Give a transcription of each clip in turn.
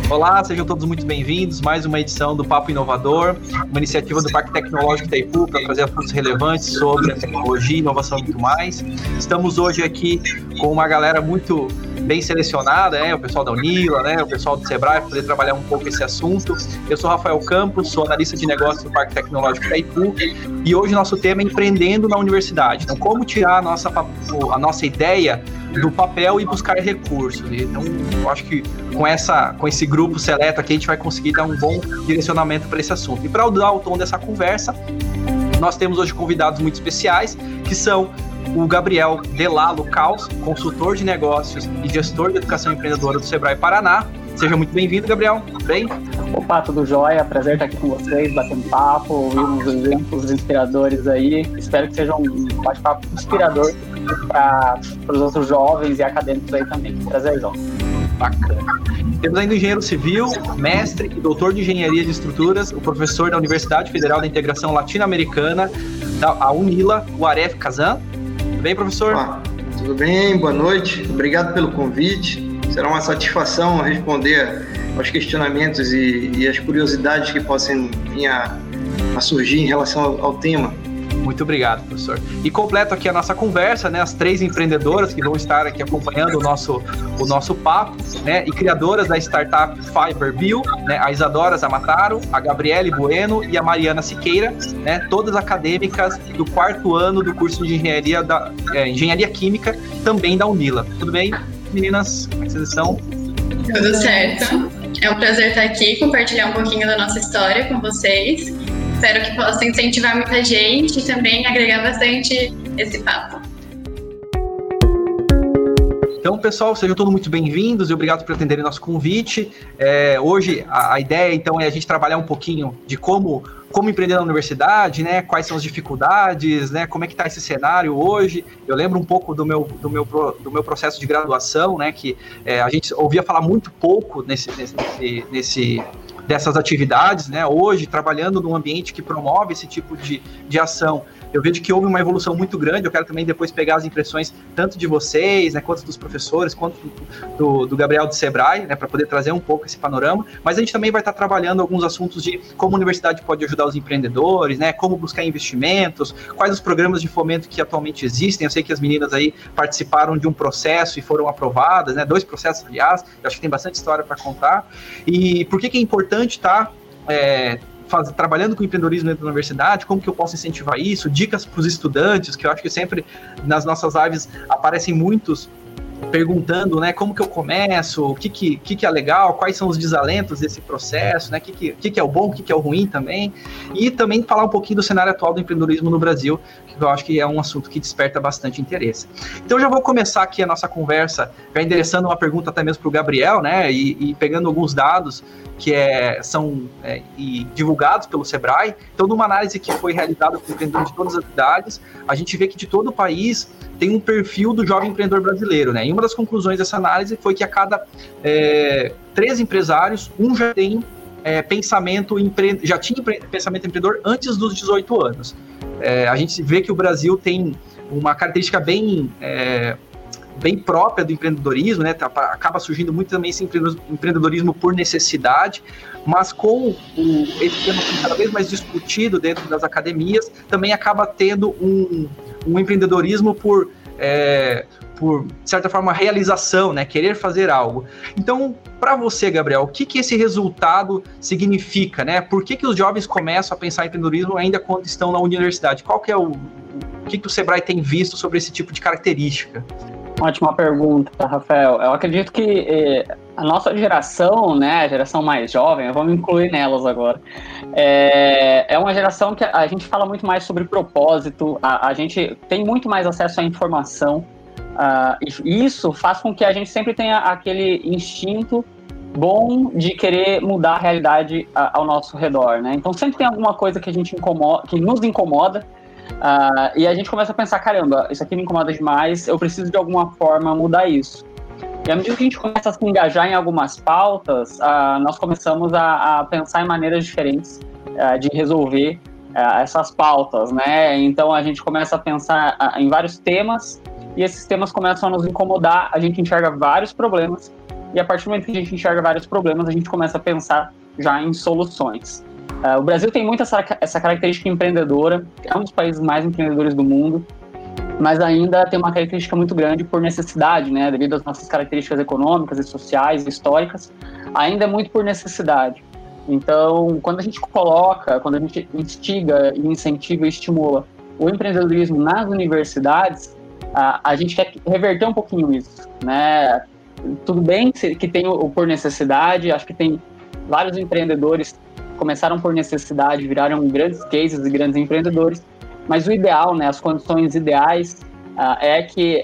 Olá, sejam todos muito bem-vindos. Mais uma edição do Papo Inovador, uma iniciativa do Parque Tecnológico Itaipu para trazer assuntos relevantes sobre a tecnologia, inovação e muito mais. Estamos hoje aqui com uma galera muito bem selecionada, o pessoal da Unila, o pessoal do Sebrae, para poder trabalhar um pouco esse assunto. Eu sou Rafael Campos, sou analista de negócios do Parque Tecnológico Itaipu e hoje nosso tema é empreendendo na universidade. Então, como tirar a nossa ideia do papel e buscar recursos. Então, eu acho que com esse grupo seleto aqui, a gente vai conseguir dar um bom direcionamento para esse assunto. E para dar o tom dessa conversa, nós temos hoje convidados muito especiais, que são o Gabriel Delalo Caos, consultor de negócios e gestor de educação empreendedora do Sebrae Paraná. Seja muito bem-vindo, Gabriel. Tudo bem? Opa, tudo jóia. Prazer estar aqui com vocês, batendo papo, ouvir uns exemplos inspiradores aí. Espero que seja um bate-papo inspirador para os outros jovens e acadêmicos aí também. Prazerzão. Bacana. Temos ainda o engenheiro civil, mestre e doutor de engenharia de estruturas, o professor da Universidade Federal da Integração Latino-Americana, da Unila, o Aref Kazan. Tudo bem, professor? Tudo bem, boa noite. Obrigado pelo convite. Será uma satisfação responder aos questionamentos e as curiosidades que possam vir a surgir em relação ao tema. Muito obrigado, professor. E completo aqui a nossa conversa, as 3 empreendedoras que vão estar aqui acompanhando o nosso papo, e criadoras da startup Fiberbio, a Isadora Zamataro, a Gabriele Bueno e a Mariana Siqueira, todas acadêmicas do 4º ano do curso de Engenharia Química, também da Unila. Tudo bem, meninas? Como é que vocês estão? Tudo certo. É um prazer estar aqui, compartilhar um pouquinho da nossa história com vocês. Espero que possa incentivar muita gente e também agregar bastante esse papo. Então, pessoal, sejam todos muito bem-vindos e obrigado por atenderem nosso convite. Hoje, a ideia, então, é a gente trabalhar um pouquinho de como empreender na universidade, quais são as dificuldades, como é que está esse cenário hoje. Eu lembro um pouco do meu processo de graduação, que a gente ouvia falar muito pouco dessas atividades, hoje, trabalhando num ambiente que promove esse tipo de ação, eu vejo que houve uma evolução muito grande. Eu quero também depois pegar as impressões tanto de vocês, quanto dos professores, quanto do Gabriel do Sebrae, para poder trazer um pouco esse panorama, mas a gente também vai estar trabalhando alguns assuntos de como a universidade pode ajudar os empreendedores, como buscar investimentos, quais os programas de fomento que atualmente existem. Eu sei que as meninas aí participaram de um processo e foram aprovadas, 2 processos, aliás, eu acho que tem bastante história para contar. E por que é importante estar trabalhando com empreendedorismo dentro da universidade, como que eu posso incentivar isso, dicas para os estudantes, que eu acho que sempre nas nossas lives aparecem muitos perguntando, como que eu começo, o que é legal, quais são os desalentos desse processo, o que é o bom, o que é o ruim também, e também falar um pouquinho do cenário atual do empreendedorismo no Brasil, que eu acho que é um assunto que desperta bastante interesse. Então já vou começar aqui a nossa conversa, já endereçando uma pergunta até mesmo para o Gabriel, e pegando alguns dados que são divulgados pelo Sebrae. Então, numa análise que foi realizada com empreendedores de todas as idades, a gente vê que de todo o país tem um perfil do jovem empreendedor brasileiro, E uma das conclusões dessa análise foi que a cada 3 empresários, um já tem pensamento empreendedor antes dos 18 anos. A gente vê que o Brasil tem uma característica bem própria do empreendedorismo, acaba surgindo muito também esse empreendedorismo por necessidade, mas com esse tema cada vez mais discutido dentro das academias, também acaba tendo um empreendedorismo por, de certa forma, realização, querer fazer algo. Então, para você, Gabriel, o que esse resultado significa, Por que os jovens começam a pensar em empreendedorismo ainda quando estão na universidade? Qual que é o que o Sebrae tem visto sobre esse tipo de característica? Ótima pergunta, Rafael. Eu acredito que a nossa geração, a geração mais jovem, vamos incluir nelas agora, é uma geração que a gente fala muito mais sobre propósito, a gente tem muito mais acesso à informação, e isso faz com que a gente sempre tenha aquele instinto bom de querer mudar a realidade ao nosso redor, Então sempre tem alguma coisa que que nos incomoda, e a gente começa a pensar, caramba, isso aqui me incomoda demais, eu preciso de alguma forma mudar isso. E à medida que a gente começa a se engajar em algumas pautas, nós começamos a pensar em maneiras diferentes de resolver essas pautas, Então a gente começa a pensar em vários temas, e esses temas começam a nos incomodar, a gente enxerga vários problemas, e a partir do momento que a gente enxerga vários problemas, a gente começa a pensar já em soluções. O Brasil tem muito essa característica empreendedora, é um dos países mais empreendedores do mundo, mas ainda tem uma característica muito grande por necessidade, né? Devido às nossas características econômicas e sociais, históricas, ainda é muito por necessidade. Então, quando a gente instiga e incentiva e estimula o empreendedorismo nas universidades, a gente quer reverter um pouquinho isso, né? Tudo bem que tem o por necessidade, acho que tem vários empreendedores que começaram por necessidade, viraram grandes cases e grandes empreendedores, mas o ideal, né, as condições ideais é que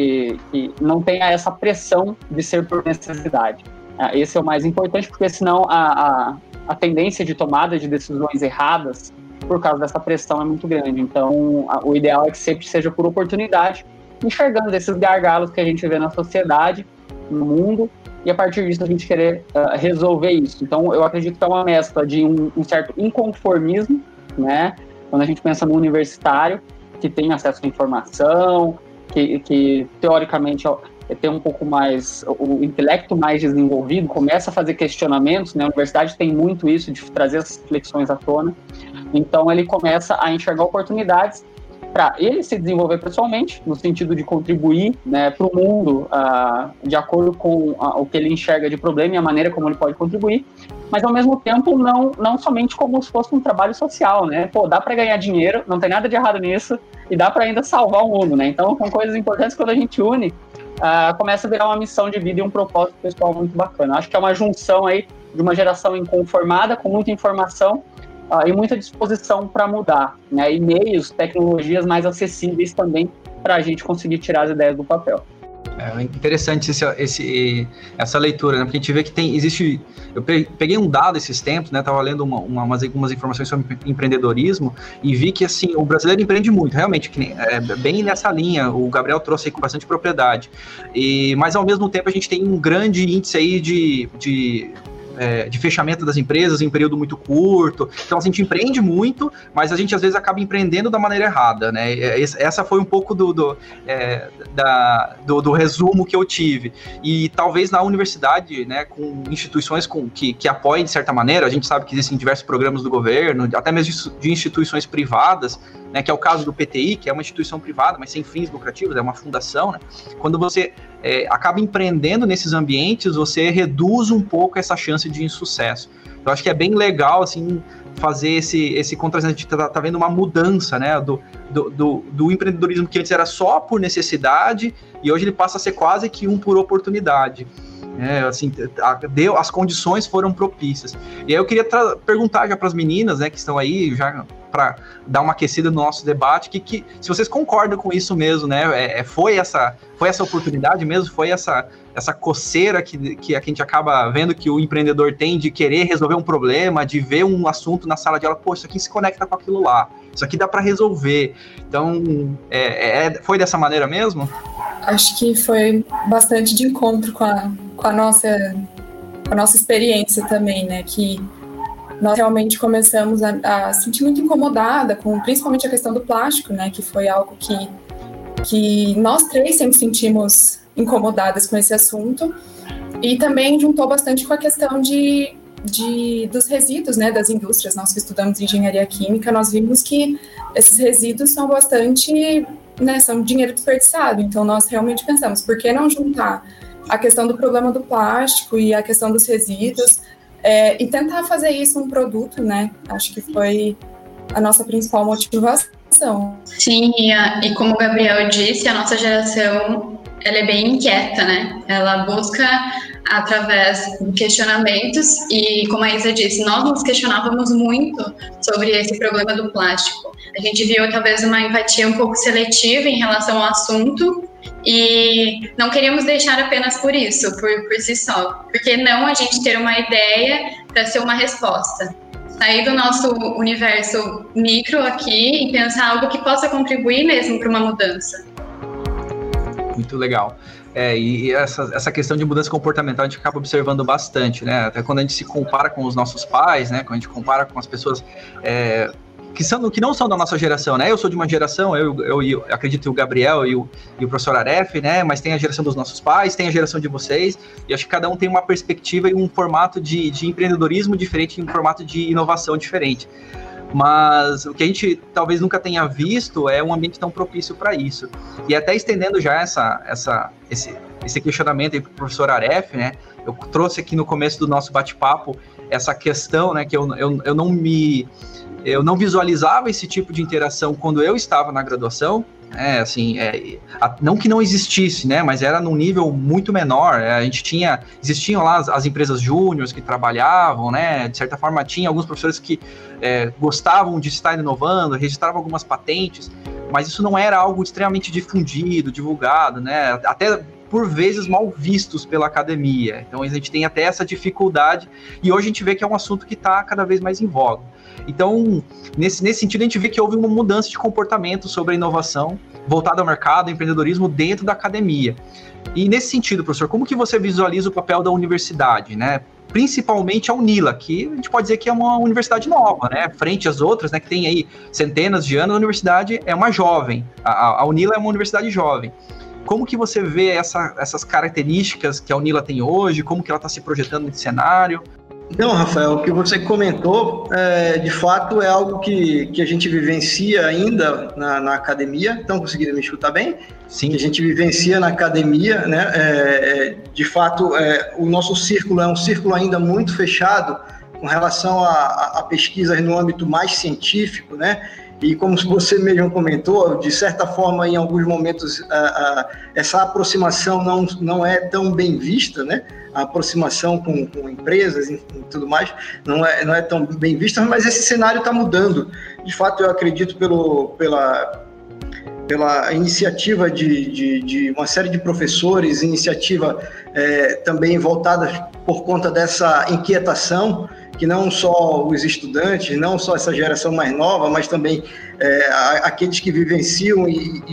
não tenha essa pressão de ser por necessidade. Esse é o mais importante, porque senão a tendência de tomada de decisões erradas por causa dessa pressão é muito grande. Então, o ideal é que sempre seja por oportunidade, enxergando esses gargalos que a gente vê na sociedade, no mundo, e a partir disso a gente querer resolver isso. Então, eu acredito que é uma mescla de um certo inconformismo, né? Quando a gente pensa no universitário, que tem acesso à informação, que teoricamente tem um pouco mais, o intelecto mais desenvolvido, começa a fazer questionamentos, né? A universidade tem muito isso, de trazer essas reflexões à tona. Então, ele começa a enxergar oportunidades para ele se desenvolver pessoalmente, no sentido de contribuir, né, para o mundo de acordo com o que ele enxerga de problema e a maneira como ele pode contribuir, mas ao mesmo tempo não somente como se fosse um trabalho social, né? Pô, dá para ganhar dinheiro, não tem nada de errado nisso, e dá para ainda salvar o mundo, né? Então, são coisas importantes. Quando a gente une, começa a virar uma missão de vida e um propósito pessoal muito bacana. Acho que é uma junção aí de uma geração inconformada, com muita informação, e muita disposição para mudar, né? E meios, tecnologias mais acessíveis também para a gente conseguir tirar as ideias do papel. É interessante essa leitura, né? Porque a gente vê que existe... Eu peguei um dado esses tempos, né? Tava lendo algumas informações sobre empreendedorismo e vi que, assim, o brasileiro empreende muito, realmente, bem nessa linha. O Gabriel trouxe aí com bastante propriedade. Mas, ao mesmo tempo, a gente tem um grande índice aí de fechamento das empresas em um período muito curto. Então, a gente empreende muito, mas a gente às vezes acaba empreendendo da maneira errada, né? Essa foi um pouco do resumo que eu tive. E talvez na universidade, né, com instituições que apoiem de certa maneira, a gente sabe que existem diversos programas do governo, até mesmo de instituições privadas, né, que é o caso do PTI, que é uma instituição privada, mas sem fins lucrativos, é uma fundação, né? Quando você acaba empreendendo nesses ambientes, você reduz um pouco essa chance de insucesso. Eu acho que é bem legal, assim, fazer esse contraste. A gente tá vendo uma mudança, né, do empreendedorismo que antes era só por necessidade, e hoje ele passa a ser quase que um por oportunidade. Assim, as condições foram propícias. E aí eu queria perguntar já para as meninas, né, que estão aí, já para dar uma aquecida no nosso debate, que se vocês concordam com isso mesmo, né? Foi essa oportunidade mesmo, foi essa coceira que a gente acaba vendo que o empreendedor tem de querer resolver um problema, de ver um assunto na sala de aula, pô, isso aqui se conecta com aquilo lá, isso aqui dá para resolver. Então, foi dessa maneira mesmo? Acho que foi bastante de encontro com a nossa experiência também, né? Que nós realmente começamos a sentir muito incomodada com principalmente a questão do plástico, né? Que foi algo que nós três sempre sentimos incomodadas com esse assunto, e também juntou bastante com a questão dos resíduos, né, das indústrias. Nós que estudamos engenharia química, nós vimos que esses resíduos são bastante, né, são dinheiro desperdiçado. Então nós realmente pensamos, por que não juntar a questão do problema do plástico e a questão dos resíduos, e tentar fazer isso um produto, né? Acho que foi a nossa principal motivação. Sim, e como o Gabriel disse, a nossa geração, ela é bem inquieta, né? Ela busca através de questionamentos, e como a Isa disse, nós nos questionávamos muito sobre esse problema do plástico. A gente viu talvez uma empatia um pouco seletiva em relação ao assunto, e não queríamos deixar apenas por isso, por si só. Porque não a gente ter uma ideia para ser uma resposta? Sair do nosso universo micro aqui e pensar algo que possa contribuir mesmo para uma mudança. Muito legal. E essa questão de mudança comportamental a gente acaba observando bastante, né? Até quando a gente se compara com os nossos pais, né? Quando a gente compara com as pessoas que não são da nossa geração, né? Eu sou de uma geração, eu acredito que o Gabriel e o professor Aref, né? Mas tem a geração dos nossos pais, tem a geração de vocês, e acho que cada um tem uma perspectiva e um formato de empreendedorismo diferente, e um formato de inovação diferente. Mas o que a gente talvez nunca tenha visto é um ambiente tão propício para isso. E até estendendo já esse questionamento aí para o professor Aref, né? Eu trouxe aqui no começo do nosso bate-papo essa questão, né? Que eu não visualizava esse tipo de interação quando eu estava na graduação. Não que não existisse, né, mas era num nível muito menor. Existiam lá as empresas júniores que trabalhavam, né, de certa forma tinha alguns professores que gostavam de estar inovando, registravam algumas patentes, mas isso não era algo extremamente difundido, divulgado, né, até por vezes mal vistos pela academia. Então a gente tem até essa dificuldade, e hoje a gente vê que é um assunto que está cada vez mais em voga. Então, nesse sentido, a gente vê que houve uma mudança de comportamento sobre a inovação voltada ao mercado, ao empreendedorismo dentro da academia. E nesse sentido, professor, como que você visualiza o papel da universidade, né? Principalmente a UNILA, que a gente pode dizer que é uma universidade nova, né? Frente às outras, né, que tem aí centenas de anos, a universidade é uma jovem. A UNILA é uma universidade jovem. Como que você vê essas características que a UNILA tem hoje? Como que ela está se projetando nesse cenário? Então, Rafael, o que você comentou, de fato, é algo que a gente vivencia ainda na academia. Estão conseguindo me escutar bem? Sim. Que a gente vivencia na academia, né? De fato, o nosso círculo é um círculo ainda muito fechado com relação a pesquisas no âmbito mais científico, né? E como você mesmo comentou, de certa forma, em alguns momentos, essa aproximação não é tão bem vista, né? A aproximação com empresas e tudo mais não é tão bem vista, mas esse cenário está mudando. De fato, eu acredito pela iniciativa de uma série de professores, iniciativa também voltada por conta dessa inquietação, que não só os estudantes, não só essa geração mais nova, mas também aqueles que vivenciam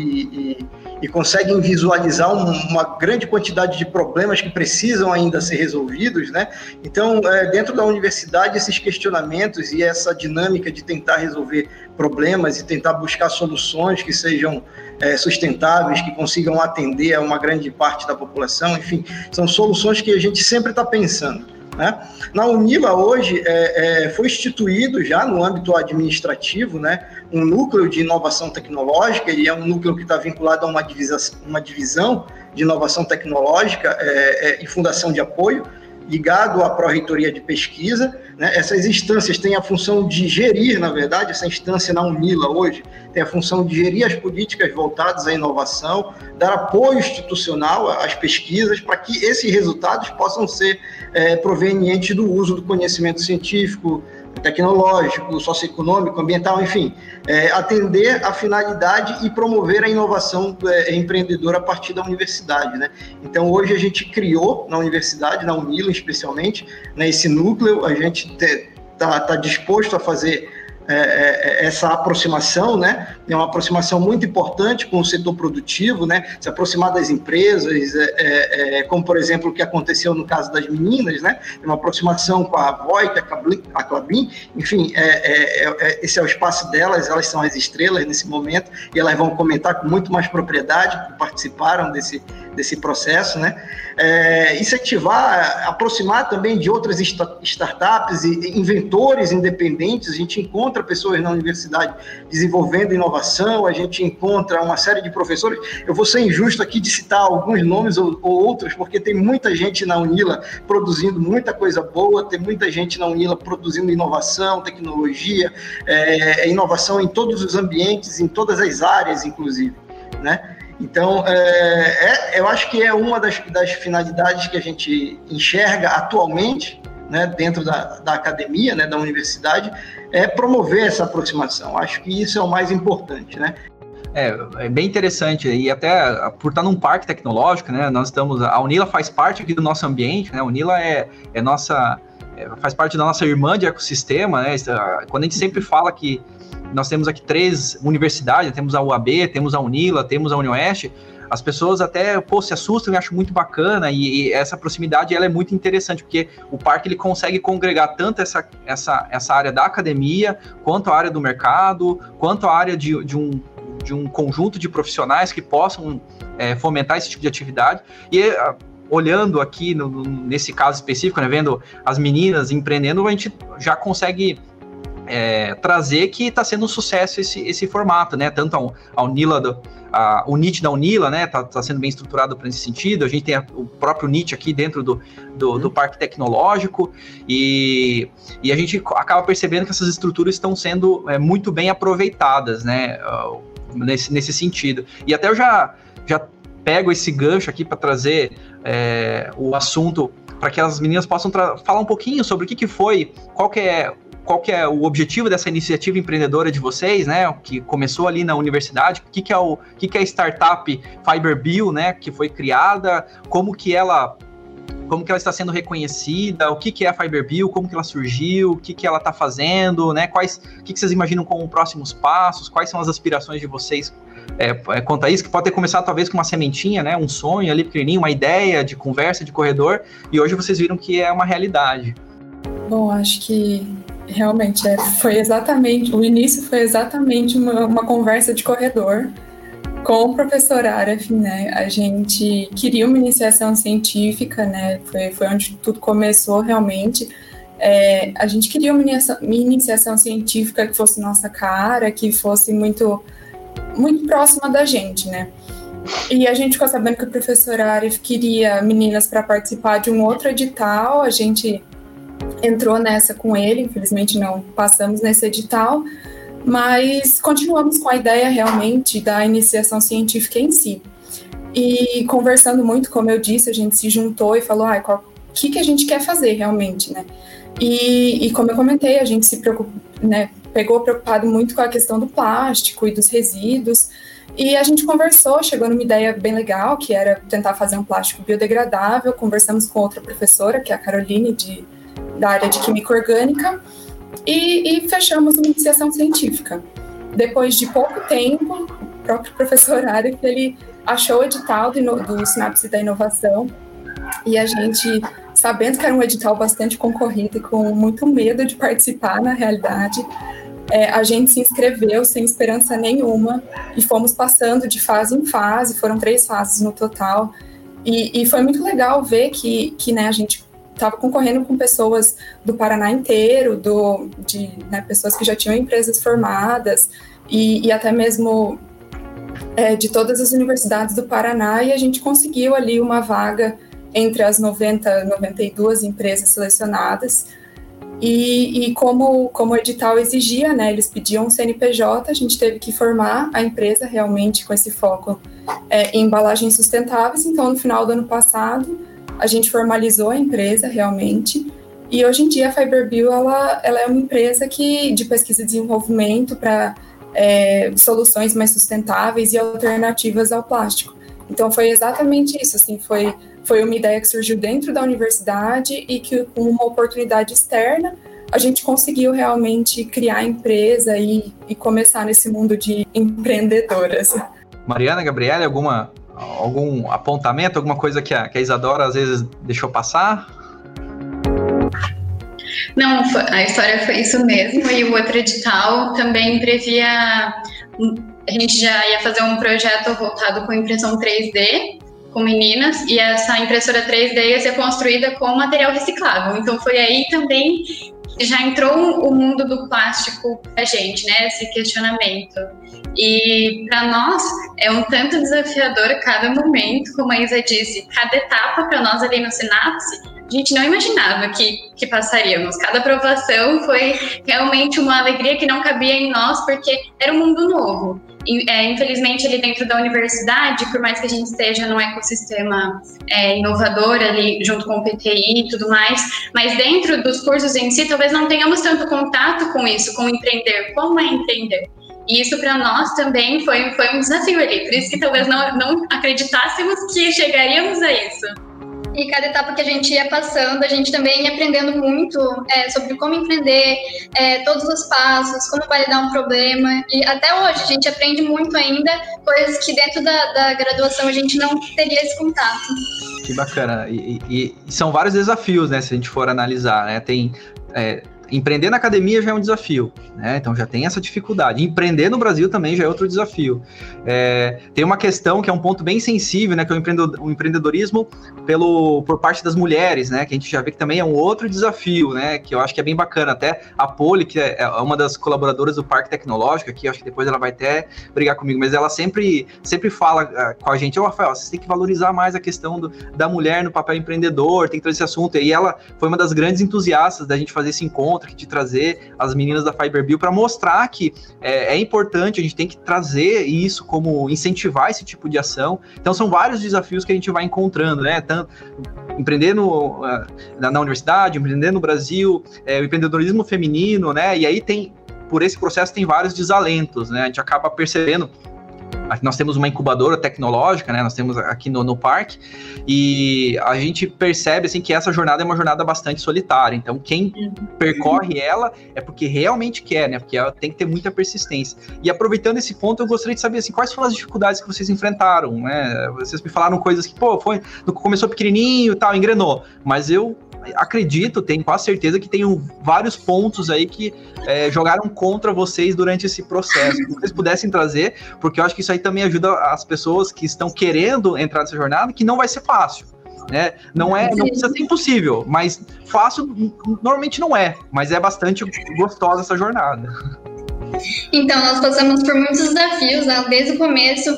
e conseguem visualizar uma grande quantidade de problemas que precisam ainda ser resolvidos, né? Então, dentro da universidade, esses questionamentos e essa dinâmica de tentar resolver problemas e tentar buscar soluções que sejam sustentáveis, que consigam atender a uma grande parte da população, enfim, são soluções que a gente sempre está pensando, né? Na UNILA hoje foi instituído já no âmbito administrativo, né, um núcleo de inovação tecnológica, e é um núcleo que está vinculado a uma divisão de inovação tecnológica e fundação de apoio, ligado à Pró-Reitoria de Pesquisa, né? Essas instâncias têm a função de gerir, na verdade, essa instância na UNILA hoje tem a função de gerir as políticas voltadas à inovação, dar apoio institucional às pesquisas para que esses resultados possam ser provenientes do uso do conhecimento científico, tecnológico, socioeconômico, ambiental, enfim, atender a finalidade e promover a inovação empreendedora a partir da universidade, né? Então, hoje a gente criou na universidade, na UNILA especialmente, né, esse núcleo, a gente está disposto a fazer essa aproximação, né? É uma aproximação muito importante com o setor produtivo, né? Se aproximar das empresas, como por exemplo o que aconteceu no caso das meninas, né? Uma aproximação com a VOIC, a Clabin, enfim, esse é o espaço delas, elas são as estrelas nesse momento e elas vão comentar com muito mais propriedade, que participaram desse processo, né? Incentivar, aproximar também de outras startups e inventores independentes. A gente encontra pessoas na universidade desenvolvendo inovação, a gente encontra uma série de professores. Eu vou ser injusto aqui de citar alguns nomes ou outros, porque tem muita gente na UNILA produzindo muita coisa boa, tem muita gente na UNILA produzindo inovação, tecnologia, inovação em todos os ambientes, em todas as áreas, inclusive, né? Então, eu acho que é uma das finalidades que a gente enxerga atualmente, né, dentro da academia, né, da universidade, é promover essa aproximação. Acho que isso é o mais importante, né? É bem interessante, e até por estar num parque tecnológico, né, a UNILA faz parte aqui do nosso ambiente, né, a UNILA faz parte da nossa irmã de ecossistema, né, quando a gente sempre fala que nós temos aqui 3 universidades, temos a UAB, temos a UNILA, temos a UniOeste, as pessoas até, se assustam e acham muito bacana, e essa proximidade ela é muito interessante, porque o parque ele consegue congregar tanto essa área da academia, quanto a área do mercado, quanto a área de um conjunto de profissionais que possam fomentar esse tipo de atividade. E olhando aqui nesse caso específico, né, vendo as meninas empreendendo, a gente já consegue trazer que está sendo um sucesso esse formato, né? Tanto a Unila, o NIT da Unila, né? Tá sendo bem estruturado para esse sentido. A gente tem o próprio NIT aqui dentro do Parque Tecnológico, e a gente acaba percebendo que essas estruturas estão sendo muito bem aproveitadas, né? Nesse sentido. E até eu já pego esse gancho aqui para trazer o assunto para que as meninas possam falar um pouquinho sobre o que foi, qual que é o objetivo dessa iniciativa empreendedora de vocês, né, que começou ali na universidade, o que é a startup Fiberbill, né, que foi criada, como que ela está sendo reconhecida, o que é a Fiberbill, como que ela surgiu, o que ela está fazendo, né, o que vocês imaginam como próximos passos, quais são as aspirações de vocês quanto a isso, que pode ter começado talvez com uma sementinha, né, um sonho ali pequenininho, uma ideia de conversa, de corredor, e hoje vocês viram que é uma realidade. Bom, acho que realmente o início foi exatamente uma conversa de corredor com o professor Aref, né? A gente queria uma iniciação científica, né? Foi onde tudo começou realmente. A gente queria uma iniciação científica que fosse nossa cara, que fosse muito, muito próxima da gente, né? E a gente ficou sabendo que o professor Aref queria meninas para participar de um outro edital. A gente entrou nessa com ele, infelizmente não passamos nesse edital, mas continuamos com a ideia realmente da iniciação científica em si. E conversando muito, como eu disse, a gente se juntou e falou, o que a gente quer fazer realmente, né? E como eu comentei, a gente se preocupou, né, pegou preocupado muito com a questão do plástico e dos resíduos, e a gente conversou, chegou numa ideia bem legal, que era tentar fazer um plástico biodegradável. Conversamos com outra professora, que é a Caroline, da área de Química Orgânica, e fechamos uma iniciação científica. Depois de pouco tempo, o próprio professor Aref, ele achou o edital do Sinapse da Inovação, e a gente, sabendo que era um edital bastante concorrido e com muito medo de participar, na realidade, a gente se inscreveu sem esperança nenhuma e fomos passando de fase em fase, foram 3 fases no total, e foi muito legal ver que né, a gente estava concorrendo com pessoas do Paraná inteiro, pessoas que já tinham empresas formadas e até mesmo de todas as universidades do Paraná, e a gente conseguiu ali uma vaga entre as 92 empresas selecionadas. E como o edital exigia, né, eles pediam um CNPJ, a gente teve que formar a empresa realmente com esse foco em embalagens sustentáveis. Então, no final do ano passado, a gente formalizou a empresa realmente, e hoje em dia a Fiberbill ela é uma empresa de pesquisa e desenvolvimento para soluções mais sustentáveis e alternativas ao plástico. Então foi exatamente isso, assim, foi uma ideia que surgiu dentro da universidade e que com uma oportunidade externa a gente conseguiu realmente criar a empresa e começar nesse mundo de empreendedoras. Mariana, Gabriela, algum apontamento, alguma coisa que a Isadora às vezes deixou passar? Não, a história foi isso mesmo, e o outro edital também previa, a gente já ia fazer um projeto voltado com impressão 3D, com meninas, e essa impressora 3D ia ser construída com material reciclável. Então foi aí também que já entrou o mundo do plástico pra gente, né, esse questionamento. E para nós é um tanto desafiador cada momento, como a Isa disse, cada etapa para nós ali no Sinapse, a gente não imaginava que passaríamos. Cada aprovação foi realmente uma alegria que não cabia em nós, porque era um mundo novo. E, infelizmente, ali dentro da universidade, por mais que a gente esteja num ecossistema inovador ali, junto com o PTI e tudo mais, mas dentro dos cursos em si, talvez não tenhamos tanto contato com isso, com empreender. Como é empreender? E isso para nós também foi um desafio ali, por isso que talvez não acreditássemos que chegaríamos a isso. E cada etapa que a gente ia passando, a gente também ia aprendendo muito sobre como empreender, todos os passos, como validar um problema. E até hoje a gente aprende muito ainda, coisas que dentro da graduação a gente não teria esse contato. Que bacana. E são vários desafios, né, se a gente for analisar, né? Empreender na academia já é um desafio, né? Então já tem essa dificuldade. Empreender no Brasil também já é outro desafio. Tem uma questão que é um ponto bem sensível, né? Que é o empreendedorismo por parte das mulheres, né? Que a gente já vê que também é um outro desafio, né? Que eu acho que é bem bacana. Até a Poli, que é uma das colaboradoras do Parque Tecnológico aqui, acho que depois ela vai até brigar comigo, mas ela sempre fala com a gente, Rafael, vocês têm que valorizar mais a questão da mulher no papel empreendedor, tem que trazer esse assunto. E ela foi uma das grandes entusiastas da gente fazer esse encontro, de trazer as meninas da Fiberbio para mostrar que é importante, a gente tem que trazer isso como incentivar esse tipo de ação. Então são vários desafios que a gente vai encontrando, né? Tanto empreender na universidade, empreender no Brasil, o empreendedorismo feminino, né? E aí por esse processo tem vários desalentos, né? A gente acaba percebendo. Nós temos uma incubadora tecnológica, né? Nós temos aqui no parque, e a gente percebe assim, que essa jornada é uma jornada bastante solitária. Então, quem percorre ela é porque realmente quer, né? Porque ela tem que ter muita persistência. E aproveitando esse ponto, eu gostaria de saber assim, quais foram as dificuldades que vocês enfrentaram, né? Vocês me falaram coisas que, começou pequenininho e tal, engrenou. Mas eu acredito, tenho quase certeza que tem vários pontos aí que jogaram contra vocês durante esse processo. Se vocês pudessem trazer, porque eu acho que isso aí também ajuda as pessoas que estão querendo entrar nessa jornada, que não vai ser fácil, né? Não precisa ser impossível, mas fácil normalmente não é, mas é bastante gostosa essa jornada. Então, nós passamos por muitos desafios, né? Desde o começo.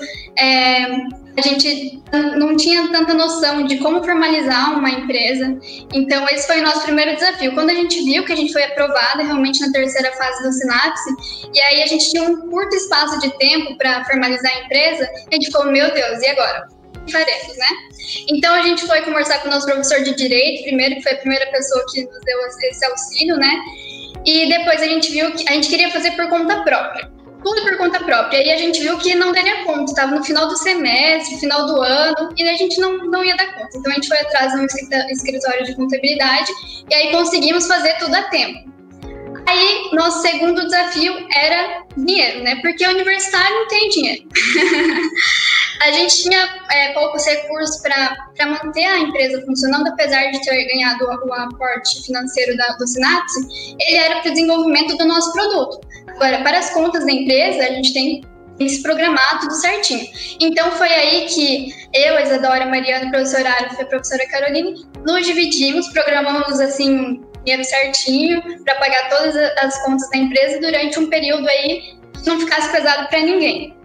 A gente não tinha tanta noção de como formalizar uma empresa, então esse foi o nosso primeiro desafio. Quando a gente viu que a gente foi aprovada realmente na terceira fase do Synapse, e aí a gente tinha um curto espaço de tempo para formalizar a empresa, a gente ficou, meu Deus, e agora? O que faremos, né? Então a gente foi conversar com o nosso professor de Direito, primeiro, que foi a primeira pessoa que nos deu esse auxílio, né? E depois a gente viu que a gente queria fazer por conta própria. Tudo por conta própria. E a gente viu que não daria conta. Estava no final do semestre, final do ano, e a gente não ia dar conta. Então a gente foi atrás de um escritório de contabilidade e aí conseguimos fazer tudo a tempo. Aí, nosso segundo desafio era dinheiro, né? Porque o universitário não tem dinheiro. A gente tinha poucos recursos para manter a empresa funcionando, apesar de ter ganhado o aporte financeiro do Synapse, ele era para o desenvolvimento do nosso produto. Agora, para as contas da empresa, a gente tem que se programar tudo certinho. Então, foi aí que eu, a Isadora, a Mariana, a professora Arif e a professora Caroline, nos dividimos, programamos, assim, dinheiro certinho para pagar todas as contas da empresa durante um período aí que não ficasse pesado para ninguém.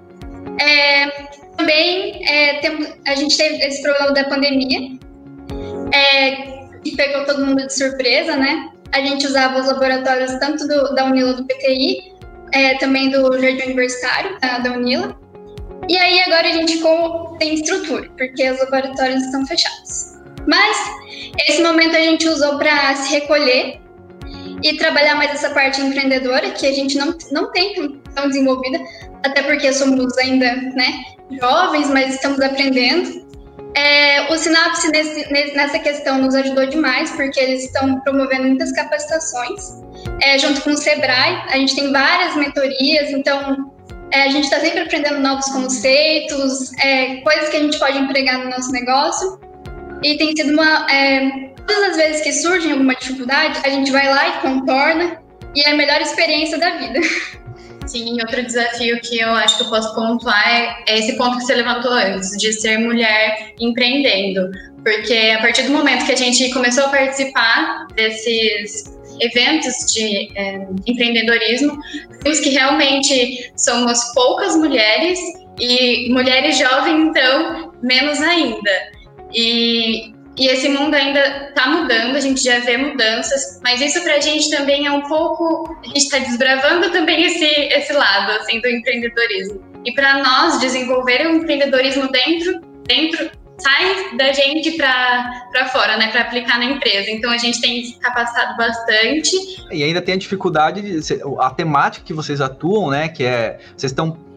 Também a gente teve esse problema da pandemia, que pegou todo mundo de surpresa, né? A gente usava os laboratórios tanto da Unila do PTI, também do Jardim Universitário, da Unila. E aí agora a gente ficou sem estrutura, porque os laboratórios estão fechados. Mas esse momento a gente usou para se recolher e trabalhar mais essa parte empreendedora, que a gente não tem tão desenvolvida, até porque somos ainda, né, jovens, mas estamos aprendendo. O Synapse nessa questão nos ajudou demais, porque eles estão promovendo muitas capacitações, junto com o Sebrae. A gente tem várias mentorias, então a gente está sempre aprendendo novos conceitos, coisas que a gente pode empregar no nosso negócio. E tem sido todas as vezes que surge alguma dificuldade, a gente vai lá e contorna, e é a melhor experiência da vida. Sim, outro desafio que eu acho que eu posso pontuar é esse ponto que você levantou antes, de ser mulher empreendendo. Porque a partir do momento que a gente começou a participar desses eventos de empreendedorismo, vimos que realmente somos poucas mulheres, e mulheres jovens, então, menos ainda. E esse mundo ainda está mudando, a gente já vê mudanças, mas isso para a gente também é um pouco... A gente está desbravando também esse lado, assim, do empreendedorismo. E para nós, desenvolver o empreendedorismo dentro sai da gente para fora, né, para aplicar na empresa. Então a gente tem se capacitado bastante. E ainda tem a dificuldade, a temática que vocês atuam, né, que vocês estão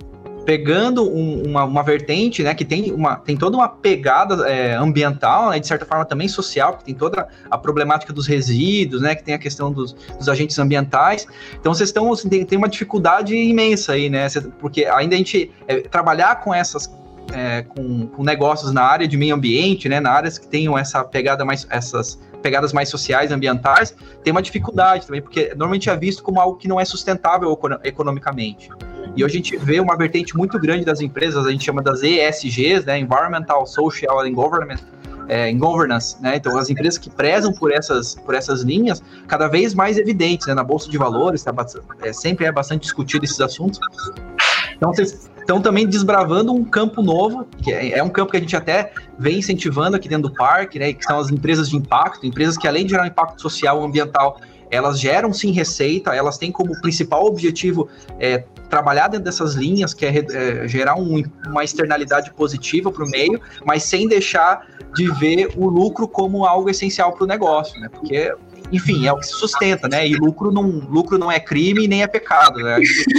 pegando uma vertente, né, que tem toda uma pegada ambiental, né, de certa forma também social, que tem toda a problemática dos resíduos, né, que tem a questão dos agentes ambientais. Então vocês estão, assim, tem uma dificuldade imensa aí, né, porque ainda a gente trabalhar com essas com negócios na área de meio ambiente, né, na áreas que tenham essas pegadas mais sociais, ambientais, tem uma dificuldade também, porque normalmente é visto como algo que não é sustentável economicamente. E hoje a gente vê uma vertente muito grande das empresas, a gente chama das ESGs, né, Environmental, Social and Governance, né, então as empresas que prezam por essas linhas, cada vez mais evidentes, né, na Bolsa de Valores, sempre é bastante discutido esses assuntos. Então vocês estão também desbravando um campo novo, que é um campo que a gente até vem incentivando aqui dentro do parque, né, que são as empresas de impacto, empresas que além de gerar um impacto social e ambiental, elas geram sim receita, elas têm como principal objetivo trabalhar dentro dessas linhas, que é gerar uma externalidade positiva para o meio, mas sem deixar de ver o lucro como algo essencial para o negócio, né? Porque, enfim, é o que se sustenta, né? E lucro não é crime nem é pecado, né?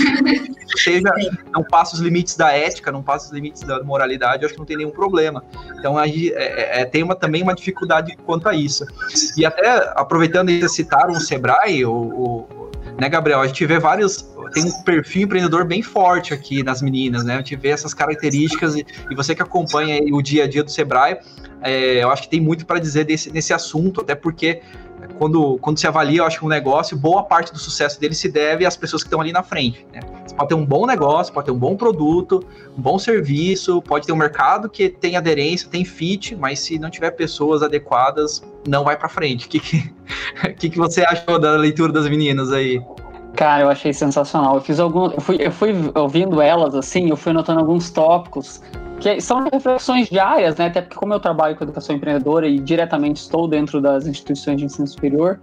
Não passa os limites da ética, não passa os limites da moralidade, eu acho que não tem nenhum problema. Então, aí tem também uma dificuldade quanto a isso. E até, aproveitando e citaram o Sebrae, né, Gabriel, a gente vê tem um perfil empreendedor bem forte aqui nas meninas, né? A gente vê essas características e você que acompanha o dia a dia do Sebrae, eu acho que tem muito para dizer nesse assunto, até porque quando se avalia, eu acho que um negócio, boa parte do sucesso dele se deve às pessoas que estão ali na frente, né? Você pode ter um bom negócio, pode ter um bom produto, um bom serviço, pode ter um mercado que tem aderência, tem fit, mas se não tiver pessoas adequadas, não vai para frente. O que você achou da leitura das meninas aí? Cara, eu achei sensacional. Eu fui ouvindo elas, assim, eu fui anotando alguns tópicos que são reflexões diárias, né? Até porque como eu trabalho com educação empreendedora e diretamente estou dentro das instituições de ensino superior,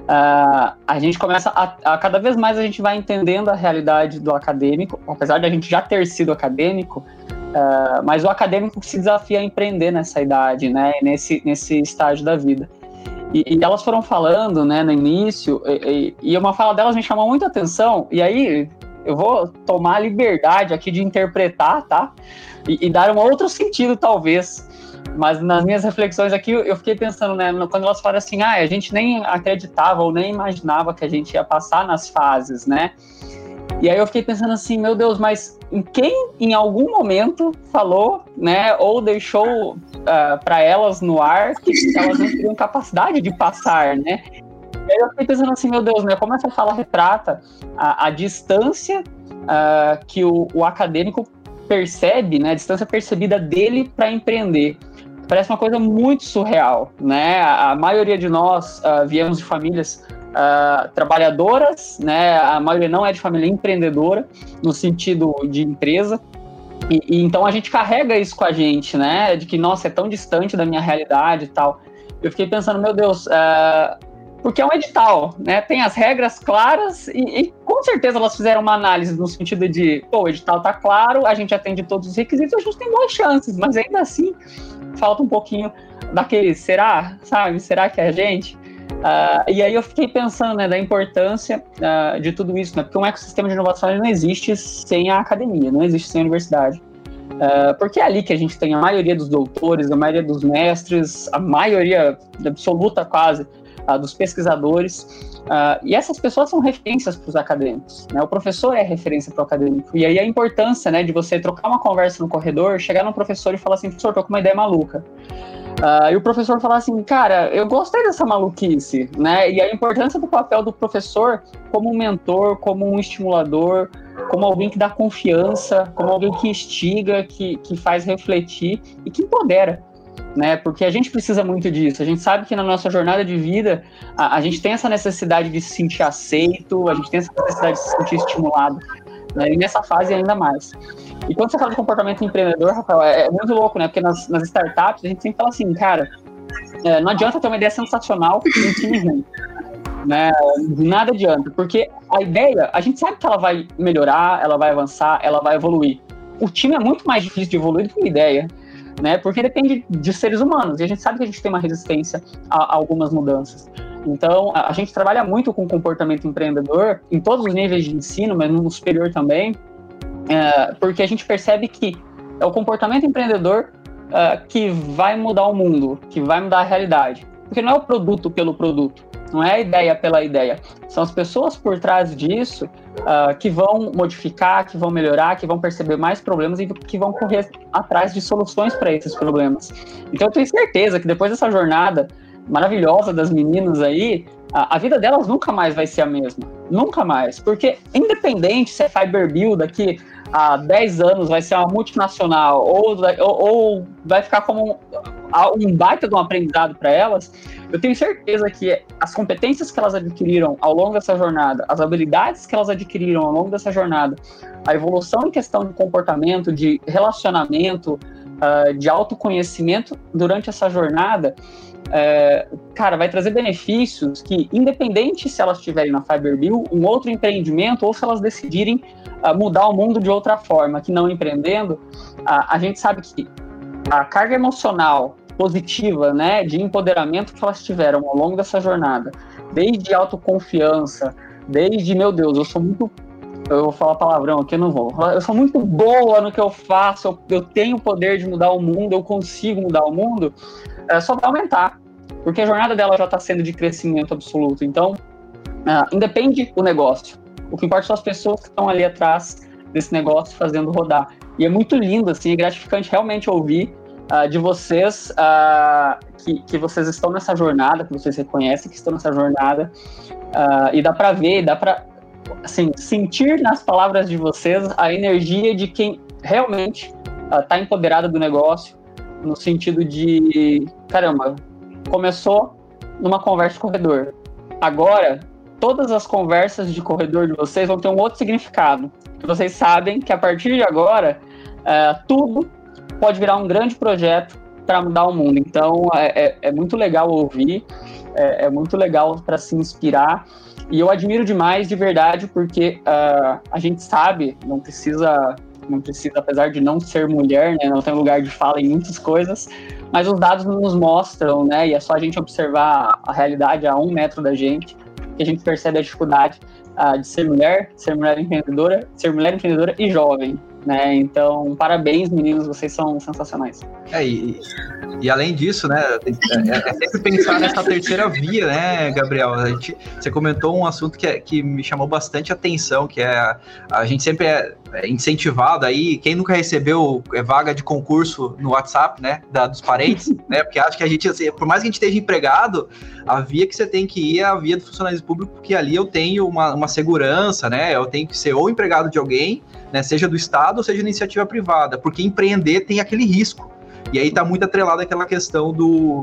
a gente começa a cada vez mais a gente vai entendendo a realidade do acadêmico, apesar de a gente já ter sido acadêmico, mas o acadêmico se desafia a empreender nessa idade, né? Nesse estágio da vida. E elas foram falando, né, no início, e uma fala delas me chamou muita atenção, e aí eu vou tomar a liberdade aqui de interpretar, tá? E dar um outro sentido, talvez. Mas nas minhas reflexões aqui, eu fiquei pensando, né, quando elas falam assim, a gente nem acreditava ou nem imaginava que a gente ia passar nas fases, né? E aí eu fiquei pensando assim, meu Deus, mas quem em algum momento falou, né, ou deixou para elas no ar que elas não teriam capacidade de passar, né? E aí eu fiquei pensando assim, meu Deus, né, como essa fala retrata a distância que o acadêmico percebe, né, a distância percebida dele para empreender. Parece uma coisa muito surreal, né? A maioria de nós viemos de famílias trabalhadoras, né? A maioria não é de família empreendedora, no sentido de empresa, e então a gente carrega isso com a gente, né? De que, nossa, é tão distante da minha realidade e tal. Eu fiquei pensando, meu Deus, porque é um edital, né? Tem as regras claras e com certeza elas fizeram uma análise no sentido de, o edital tá claro, a gente atende todos os requisitos, a gente tem boas chances, mas ainda assim falta um pouquinho daquele, será? Sabe? Será que é a gente? E aí eu fiquei pensando, né, da importância de tudo isso, né? Porque um ecossistema de inovação não existe sem a academia, não existe sem a universidade. Porque é ali que a gente tem a maioria dos doutores, a maioria dos mestres, a maioria absoluta quase dos pesquisadores, e essas pessoas são referências para os acadêmicos, né? O professor é referência para o acadêmico, e aí a importância, né, de você trocar uma conversa no corredor, chegar no professor e falar assim, professor, tô com uma ideia maluca. E o professor falar assim, cara, eu gostei dessa maluquice, né? E a importância do papel do professor como um mentor, como um estimulador, como alguém que dá confiança, como alguém que instiga, que faz refletir e que empodera, né? Porque a gente precisa muito disso. A gente sabe que na nossa jornada de vida a gente tem essa necessidade de se sentir aceito, a gente tem essa necessidade de se sentir estimulado, né? E nessa fase ainda mais. E quando você fala de comportamento empreendedor, Rafael, é muito louco, né? Porque nas startups a gente sempre fala assim, cara, não adianta ter uma ideia sensacional e um time ruim, né? Nada adianta, porque a ideia, a gente sabe que ela vai melhorar, ela vai avançar, ela vai evoluir. O time é muito mais difícil de evoluir do que uma ideia, né? Porque depende de seres humanos, e a gente sabe que a gente tem uma resistência a algumas mudanças. Então, a gente trabalha muito com comportamento empreendedor, em todos os níveis de ensino, mas no superior também, porque a gente percebe que é o comportamento empreendedor que vai mudar o mundo, que vai mudar a realidade. Porque não é o produto pelo produto, não é a ideia pela ideia. São as pessoas por trás disso que vão modificar, que vão melhorar, que vão perceber mais problemas e que vão correr atrás de soluções para esses problemas. Então eu tenho certeza que depois dessa jornada maravilhosa das meninas aí, a vida delas nunca mais vai ser a mesma. Nunca mais. Porque independente se é Fiberbill daqui a 10 anos vai ser uma multinacional ou vai ficar como um baita de um aprendizado para elas, eu tenho certeza que as competências que elas adquiriram ao longo dessa jornada, as habilidades que elas adquiriram ao longo dessa jornada, a evolução em questão de comportamento, de relacionamento, de autoconhecimento durante essa jornada, cara, vai trazer benefícios que, independente se elas estiverem na Fiberbill, um outro empreendimento, ou se elas decidirem mudar o mundo de outra forma, que não empreendendo, a gente sabe que a carga emocional positiva, né, de empoderamento que elas tiveram ao longo dessa jornada, desde autoconfiança, desde, meu Deus, eu vou falar palavrão aqui, eu não vou. Eu sou muito boa no que eu faço, eu tenho o poder de mudar o mundo, eu consigo mudar o mundo, só vai aumentar. Porque a jornada dela já está sendo de crescimento absoluto. Então, independe do negócio. O que importa são as pessoas que estão ali atrás desse negócio fazendo rodar. E é muito lindo, assim, é gratificante realmente ouvir de vocês que vocês estão nessa jornada, que vocês reconhecem que estão nessa jornada. E dá para ver, dá para assim, sentir nas palavras de vocês a energia de quem realmente está empoderada do negócio, no sentido de, caramba, começou numa conversa de corredor. Agora, todas as conversas de corredor de vocês vão ter um outro significado. Vocês sabem que a partir de agora, tudo pode virar um grande projeto para mudar o mundo. Então, é muito legal ouvir, é muito legal para se inspirar. E eu admiro demais, de verdade, porque a gente sabe, não precisa, apesar de não ser mulher, né, não tem lugar de fala em muitas coisas, mas os dados nos mostram, né, e é só a gente observar a realidade a 1 metro da gente, que a gente percebe a dificuldade de ser mulher empreendedora e jovem, né? Então, parabéns, meninos, vocês são sensacionais. E além disso, né, é sempre pensar nessa terceira via, né, Gabriel? Você comentou um assunto que me chamou bastante atenção, que é a gente sempre é incentivado aí, quem nunca recebeu vaga de concurso no WhatsApp, né, dos parentes, né, porque acho que a gente, assim, por mais que a gente esteja empregado, a via que você tem que ir é a via do funcionalismo público, porque ali eu tenho uma segurança, né, eu tenho que ser ou empregado de alguém, né, seja do Estado ou seja da iniciativa privada, porque empreender tem aquele risco. E aí está muito atrelado aquela questão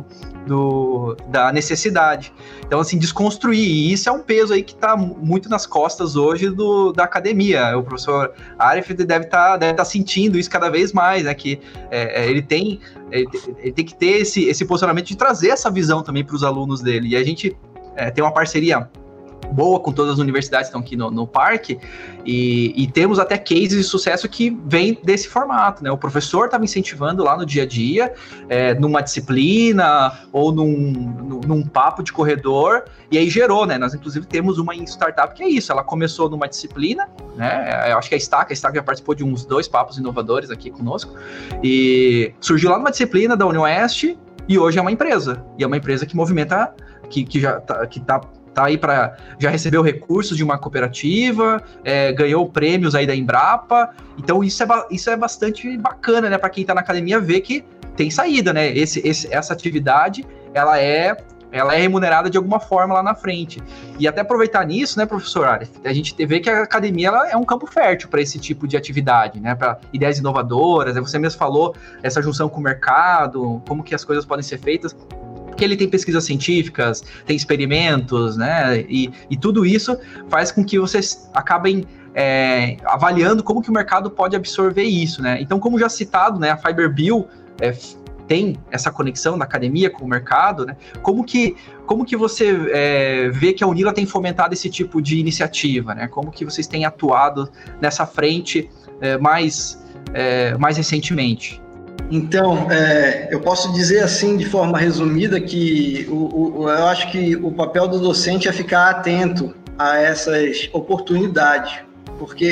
da necessidade. Então, assim, desconstruir. E isso é um peso aí que está muito nas costas hoje da academia. O professor Arif deve tá sentindo isso cada vez mais, né? Que ele tem que ter esse posicionamento de trazer essa visão também para os alunos dele. E a gente tem uma parceria boa com todas as universidades que estão aqui no parque, e temos até cases de sucesso que vem desse formato, né? O professor estava incentivando lá no dia a dia, numa disciplina ou num papo de corredor, e aí gerou, né? Nós inclusive temos uma em startup que é isso, ela começou numa disciplina, né? Eu acho que a Staca já participou de uns 2 papos inovadores aqui conosco, e surgiu lá numa disciplina da UniOeste, e hoje é uma empresa, e é uma empresa que movimenta, que tá aí já recebeu recursos de uma cooperativa, ganhou prêmios aí da Embrapa. Então isso é bastante bacana, né, para quem está na academia ver que tem saída, né? Essa atividade ela é remunerada de alguma forma lá na frente. E até aproveitar nisso, né, professor Arif, a gente vê que a academia ela é um campo fértil para esse tipo de atividade, né, para ideias inovadoras. Você mesmo falou essa junção com o mercado, como que as coisas podem ser feitas. Porque ele tem pesquisas científicas, tem experimentos, né? E tudo isso faz com que vocês acabem avaliando como que o mercado pode absorver isso, né? Então, como já citado, né, a Fiberbill tem essa conexão da academia com o mercado, né? Como que você vê que a Unila tem fomentado esse tipo de iniciativa, né? Como que vocês têm atuado nessa frente mais recentemente? Então, eu posso dizer assim, de forma resumida, que eu acho que o papel do docente é ficar atento a essas oportunidades, porque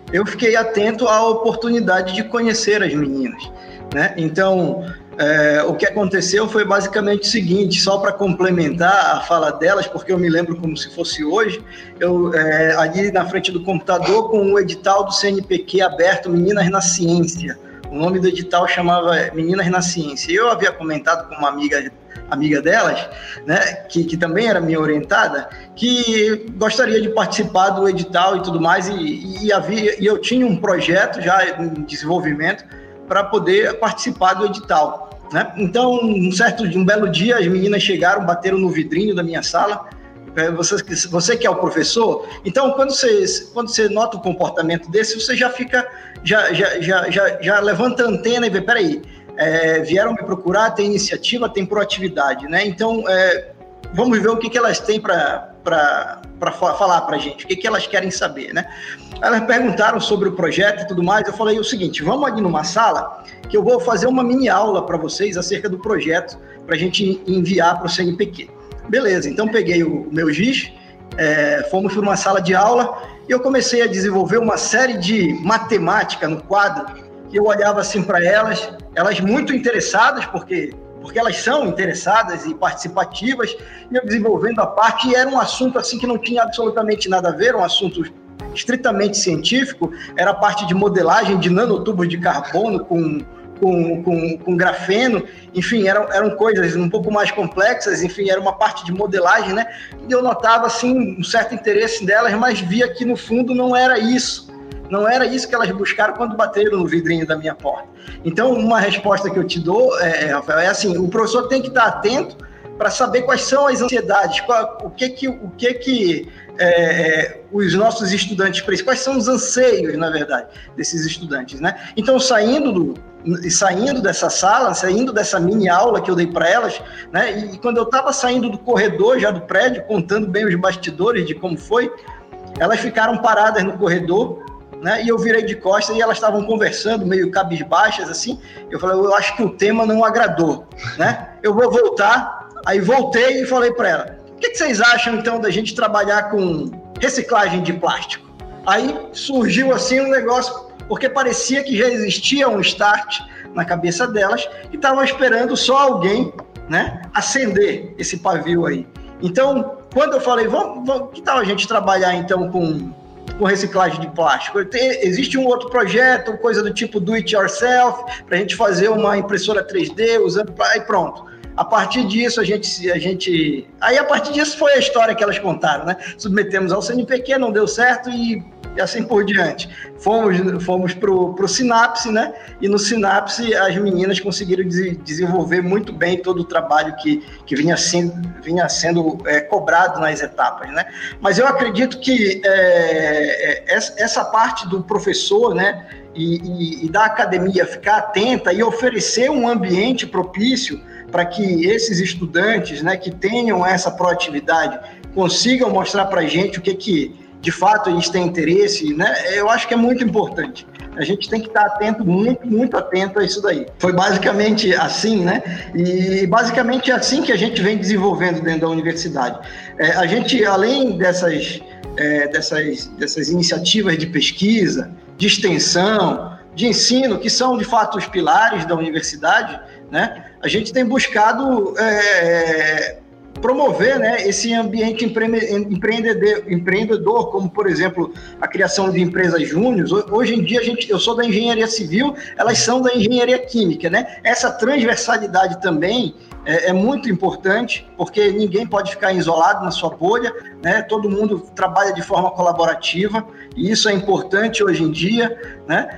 eu fiquei atento à oportunidade de conhecer as meninas, né? Então, o que aconteceu foi basicamente o seguinte, só para complementar a fala delas, porque eu me lembro como se fosse hoje, eu ali na frente do computador com o edital do CNPq aberto, Meninas na Ciência. O nome do edital chamava Meninas na Ciência. Eu havia comentado com uma amiga delas, né, que também era minha orientada, que gostaria de participar do edital e tudo mais, e eu tinha um projeto já em desenvolvimento para poder participar do edital, né? Então, um belo dia, as meninas chegaram, bateram no vidrinho da minha sala. Você que é o professor, então quando você nota o comportamento desse, você já fica, já levanta a antena e vê, peraí, vieram me procurar, tem iniciativa, tem proatividade, né? Então, vamos ver o que elas têm para falar para a gente, o que elas querem saber, né? Elas perguntaram sobre o projeto e tudo mais, eu falei o seguinte, vamos ali numa sala que eu vou fazer uma mini aula para vocês acerca do projeto, para a gente enviar para o CNPq. Beleza, então peguei o meu giz, fomos para uma sala de aula e eu comecei a desenvolver uma série de matemática no quadro, e eu olhava assim para elas muito interessadas, porque elas são interessadas e participativas, e eu desenvolvendo a parte, e era um assunto assim que não tinha absolutamente nada a ver, um assunto estritamente científico, era a parte de modelagem de nanotubos de carbono com grafeno, enfim, eram coisas um pouco mais complexas, enfim, era uma parte de modelagem, né? E eu notava, assim, um certo interesse delas, mas via que, no fundo, não era isso que elas buscaram quando bateram no vidrinho da minha porta. Então, uma resposta que eu te dou, Rafael, é assim, o professor tem que estar atento para saber quais são as ansiedades, o que os nossos estudantes precisam, quais são os anseios, na verdade, desses estudantes, né? Então, saindo dessa sala, saindo dessa mini aula que eu dei para elas, né? E quando eu estava saindo do corredor já do prédio, contando bem os bastidores de como foi, elas ficaram paradas no corredor, né? E eu virei de costas e elas estavam conversando, meio cabisbaixas, assim. Eu falei, eu acho que o tema não agradou, né? Eu vou voltar. Aí voltei e falei para ela, o que vocês acham, então, da gente trabalhar com reciclagem de plástico? Aí surgiu, assim, um negócio, porque parecia que já existia um start na cabeça delas e estavam esperando só alguém, né, acender esse pavio aí. Então, quando eu falei, que tal a gente trabalhar, então, com reciclagem de plástico? Existe um outro projeto, coisa do tipo do it yourself, para a gente fazer uma impressora 3D, usando, aí pronto. A partir disso, a partir disso foi a história que elas contaram, né? Submetemos ao CNPq, não deu certo e assim por diante. Fomos pro Sinapse, né? E no Sinapse as meninas conseguiram desenvolver muito bem todo o trabalho que vinha sendo cobrado nas etapas, né? Mas eu acredito que essa parte do professor, né? E da academia ficar atenta e oferecer um ambiente propício para que esses estudantes, né, que tenham essa proatividade, consigam mostrar para a gente o que de fato eles têm interesse, né? Eu acho que é muito importante. A gente tem que estar atento, muito, muito atento a isso daí. Foi basicamente assim, né? E basicamente é assim que a gente vem desenvolvendo dentro da universidade. A gente, além dessas iniciativas de pesquisa, de extensão, de ensino, que são de fato os pilares da universidade, né? A gente tem buscado promover, né, esse ambiente empreendedor, como, por exemplo, a criação de empresas júniores. Hoje em dia, eu sou da engenharia civil, elas são da engenharia química, né? Essa transversalidade também é muito importante, porque ninguém pode ficar isolado na sua bolha, né? Todo mundo trabalha de forma colaborativa, e isso é importante hoje em dia, né?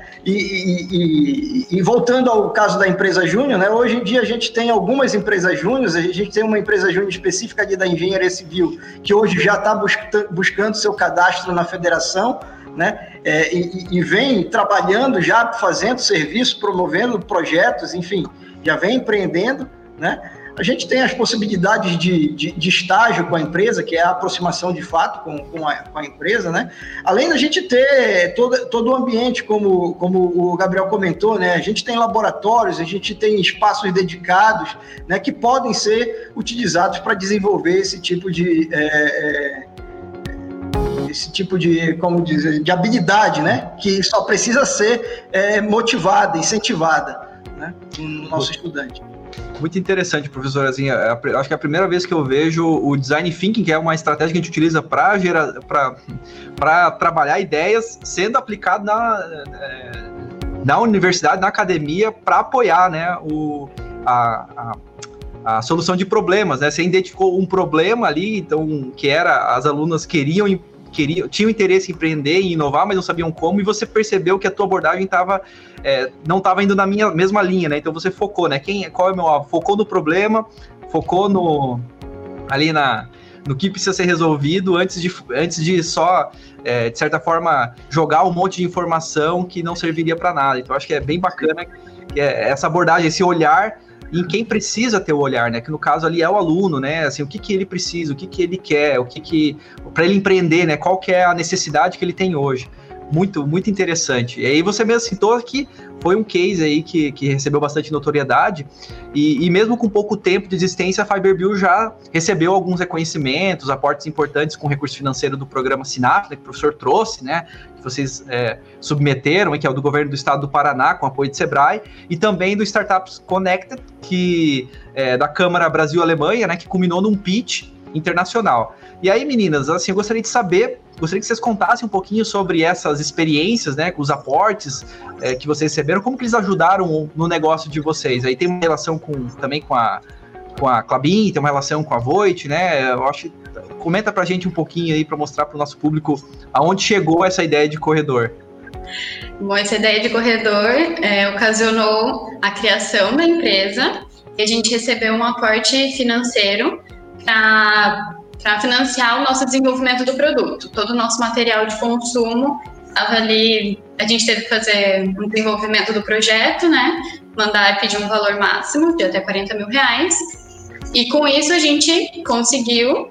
E voltando ao caso da empresa júnior, né? Hoje em dia a gente tem algumas empresas júniores, a gente tem uma empresa júnior específica ali da engenharia civil, que hoje já está buscando seu cadastro na federação, né? E vem trabalhando, já fazendo serviço, promovendo projetos, enfim, já vem empreendendo, né? A gente tem as possibilidades de estágio com a empresa, que é a aproximação de fato com a empresa, né? Além da gente ter todo o ambiente, como o Gabriel comentou, né? A gente tem laboratórios, a gente tem espaços dedicados, né? Que podem ser utilizados para desenvolver esse tipo de esse tipo de, como dizer, de habilidade, né? Que só precisa ser motivada, incentivada, né? No nosso estudante. Muito interessante, professor. Assim, acho que é a primeira vez que eu vejo o design thinking, que é uma estratégia que a gente utiliza para trabalhar ideias, sendo aplicado na universidade, na academia, para apoiar, né, a solução de problemas, né? Você identificou um problema ali, então, que era, as alunas tinham interesse em empreender e inovar, mas não sabiam como, e você percebeu que a tua abordagem não estava indo na mesma linha, né? Então você focou, né? Qual é o meu alvo? Focou no problema, focou no que precisa ser resolvido antes de só, de certa forma, jogar um monte de informação que não serviria para nada. Então acho que é bem bacana essa abordagem, esse olhar em quem precisa ter o olhar, né? Que no caso ali é o aluno, né? Assim, o que ele precisa, o que ele quer, para ele empreender, né? Qual que é a necessidade que ele tem hoje. Muito, muito interessante. E aí você mesmo citou que foi um case aí que recebeu bastante notoriedade e mesmo com pouco tempo de existência, a FiberBio já recebeu alguns reconhecimentos, aportes importantes com recurso financeiro do programa Sinapse, né, que o professor trouxe, né, que vocês submeteram, que é o do governo do estado do Paraná, com apoio de Sebrae, e também do Startups Connected, da Câmara Brasil-Alemanha, né, que culminou num pitch internacional. E aí, meninas, assim, eu gostaria que vocês contassem um pouquinho sobre essas experiências, né, com os aportes que vocês receberam, como que eles ajudaram no negócio de vocês. Aí tem uma relação também com a Klabin, tem uma relação com a Voit, né, eu acho. Comenta pra gente um pouquinho aí, para mostrar para o nosso público aonde chegou essa ideia de corredor. Bom, essa ideia de corredor ocasionou a criação da empresa e a gente recebeu um aporte financeiro para financiar o nosso desenvolvimento do produto. Todo o nosso material de consumo estava ali, a gente teve que fazer um desenvolvimento do projeto, né? Mandar pedir um valor máximo de até R$40 mil. E com isso a gente conseguiu.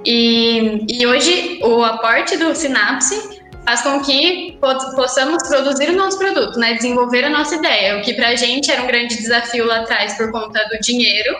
E hoje o aporte do Sinapse faz com que possamos produzir o nosso produto, né? Desenvolver a nossa ideia, o que para a gente era um grande desafio lá atrás por conta do dinheiro.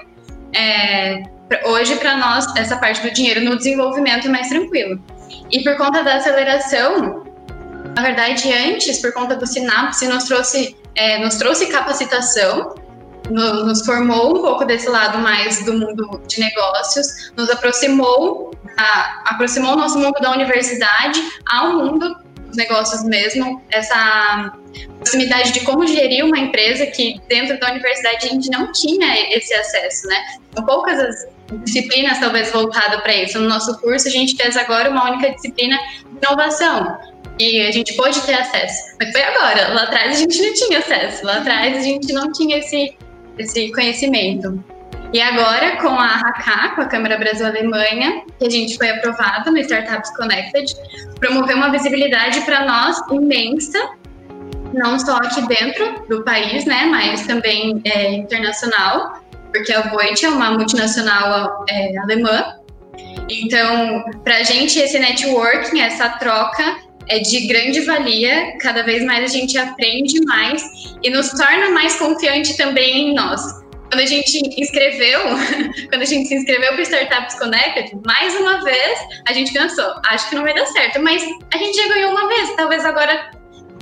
Hoje, para nós, essa parte do dinheiro no desenvolvimento é mais tranquilo. E por conta da aceleração, na verdade, antes, por conta do Sinapse, nos trouxe capacitação, nos formou um pouco desse lado mais do mundo de negócios, nos aproximou o nosso mundo da universidade ao mundo dos negócios mesmo, essa proximidade de como gerir uma empresa que dentro da universidade a gente não tinha esse acesso, né? São poucas as disciplinas talvez voltadas para isso. No nosso curso a gente fez agora uma única disciplina de inovação e a gente pôde ter acesso, mas foi agora, lá atrás a gente não tinha acesso, lá atrás a gente não tinha esse conhecimento. E agora, com a HK, com a Câmara Brasil-Alemanha, que a gente foi aprovado no Startups Connected, promoveu uma visibilidade para nós imensa, não só aqui dentro do país, né, mas também internacional, porque a Voit é uma multinacional alemã. Então, para a gente, esse networking, essa troca é de grande valia, cada vez mais a gente aprende mais e nos torna mais confiante também em nós. Quando a gente se inscreveu para o Startups Connected, mais uma vez a gente pensou, acho que não vai dar certo, mas a gente já ganhou uma vez, talvez agora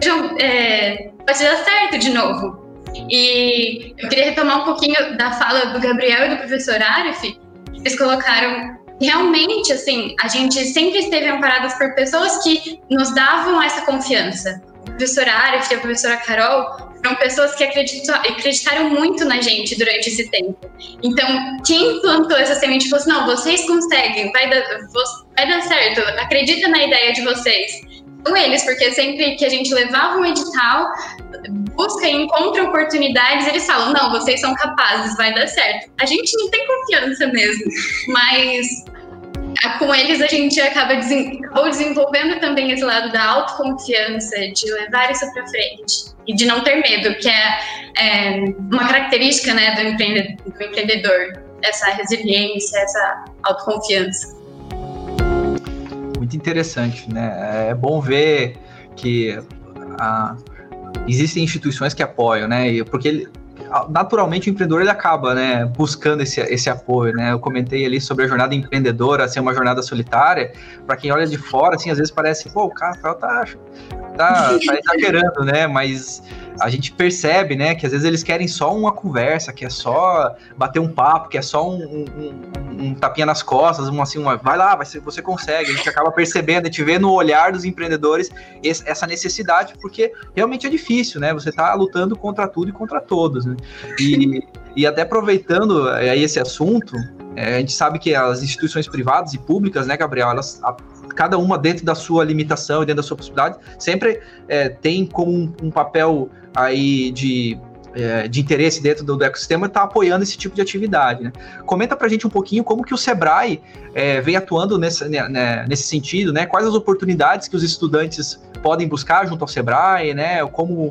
pode dar certo de novo. E eu queria retomar um pouquinho da fala do Gabriel e do professor Arif. Eles colocaram, realmente, assim, a gente sempre esteve amparados por pessoas que nos davam essa confiança. O professor Arif e a professora Carol foram pessoas que acreditaram muito na gente durante esse tempo. Então, quem plantou essa semente e falou assim, não, vocês conseguem, vai dar certo, acredita na ideia de vocês. São eles, porque sempre que a gente levava um edital, busca e encontra oportunidades, eles falam, não, vocês são capazes, vai dar certo. A gente não tem confiança mesmo, mas com eles a gente acaba desenvolvendo também esse lado da autoconfiança, de levar isso para frente e de não ter medo, que é uma característica, né, do empreendedor, essa resiliência, essa autoconfiança. Muito interessante, né? É bom ver que existem instituições que apoiam, né? Porque naturalmente o empreendedor ele acaba, né, buscando esse apoio, né? Eu comentei ali sobre a jornada empreendedora ser uma jornada solitária. Para quem olha de fora, assim, às vezes parece, pô, o Rafael tá exagerando, né? Mas a gente percebe, né, que às vezes eles querem só uma conversa, que é só bater um papo, que é só um tapinha nas costas, vai lá, você consegue. A gente acaba percebendo, a gente vê no olhar dos empreendedores essa necessidade, porque realmente é difícil, né? Você tá lutando contra tudo e contra todos, né? E até aproveitando aí esse assunto, a gente sabe que as instituições privadas e públicas, né, Gabriel, cada uma dentro da sua limitação e dentro da sua possibilidade, sempre tem como um papel aí de interesse dentro do ecossistema está apoiando esse tipo de atividade, né? Comenta pra gente um pouquinho como que o Sebrae vem atuando nesse sentido, né? Quais as oportunidades que os estudantes podem buscar junto ao Sebrae, né?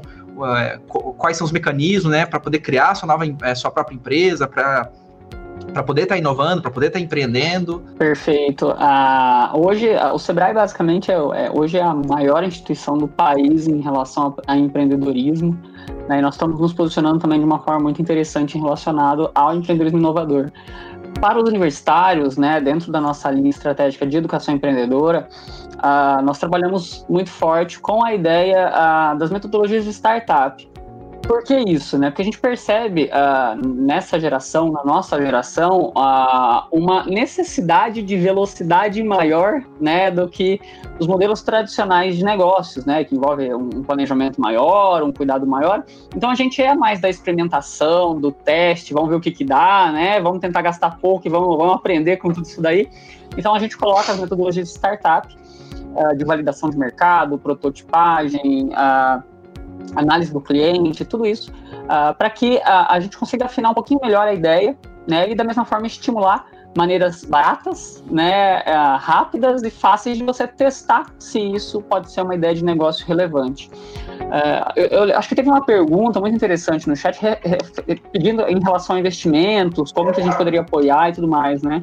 Quais são os mecanismos, né, para poder criar sua própria empresa, para poder estar inovando, para poder estar empreendendo. Perfeito. Hoje, o Sebrae basicamente hoje é a maior instituição do país em relação a empreendedorismo, né, e nós estamos nos posicionando também de uma forma muito interessante relacionado ao empreendedorismo inovador. Para os universitários, né, dentro da nossa linha estratégica de educação empreendedora, nós trabalhamos muito forte com a ideia das metodologias de startup. Por que isso, né? Porque a gente percebe nessa geração, na nossa geração, uma necessidade de velocidade maior, né, do que os modelos tradicionais de negócios, né, que envolve um planejamento maior, um cuidado maior. Então a gente é mais da experimentação, do teste, vamos ver o que dá, né? Vamos tentar gastar pouco e vamos aprender com tudo isso daí. Então a gente coloca as metodologias de startup, de validação de mercado, prototipagem, análise do cliente, tudo isso, para que a gente consiga afinar um pouquinho melhor a ideia, né, e da mesma forma estimular maneiras baratas, né, rápidas e fáceis de você testar se isso pode ser uma ideia de negócio relevante. Eu acho que teve uma pergunta muito interessante no chat pedindo em relação a investimentos, como que a gente poderia apoiar e tudo mais, né?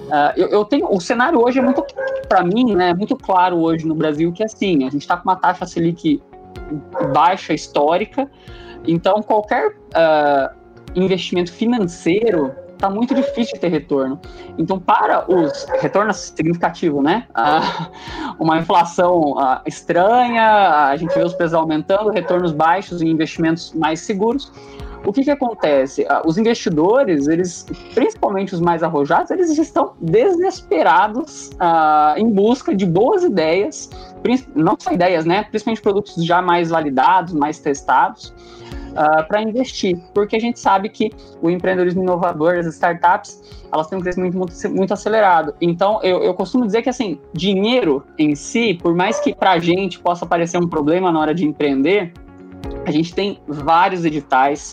O cenário hoje é muito, para mim, né, muito claro hoje no Brasil que assim, a gente está com uma taxa Selic baixa histórica, então qualquer investimento financeiro está muito difícil de ter retorno. Então, para os retornos significativos, né? Uma inflação estranha, a gente vê os preços aumentando, retornos baixos e investimentos mais seguros. O que acontece? Os investidores, principalmente os mais arrojados, eles estão desesperados em busca de boas ideias, não só ideias, né? Principalmente produtos já mais validados, mais testados, para investir, porque a gente sabe que o empreendedorismo inovador, as startups, elas têm um crescimento muito acelerado. Então, eu costumo dizer que, assim, dinheiro em si, por mais que para a gente possa parecer um problema na hora de empreender, a gente tem vários editais,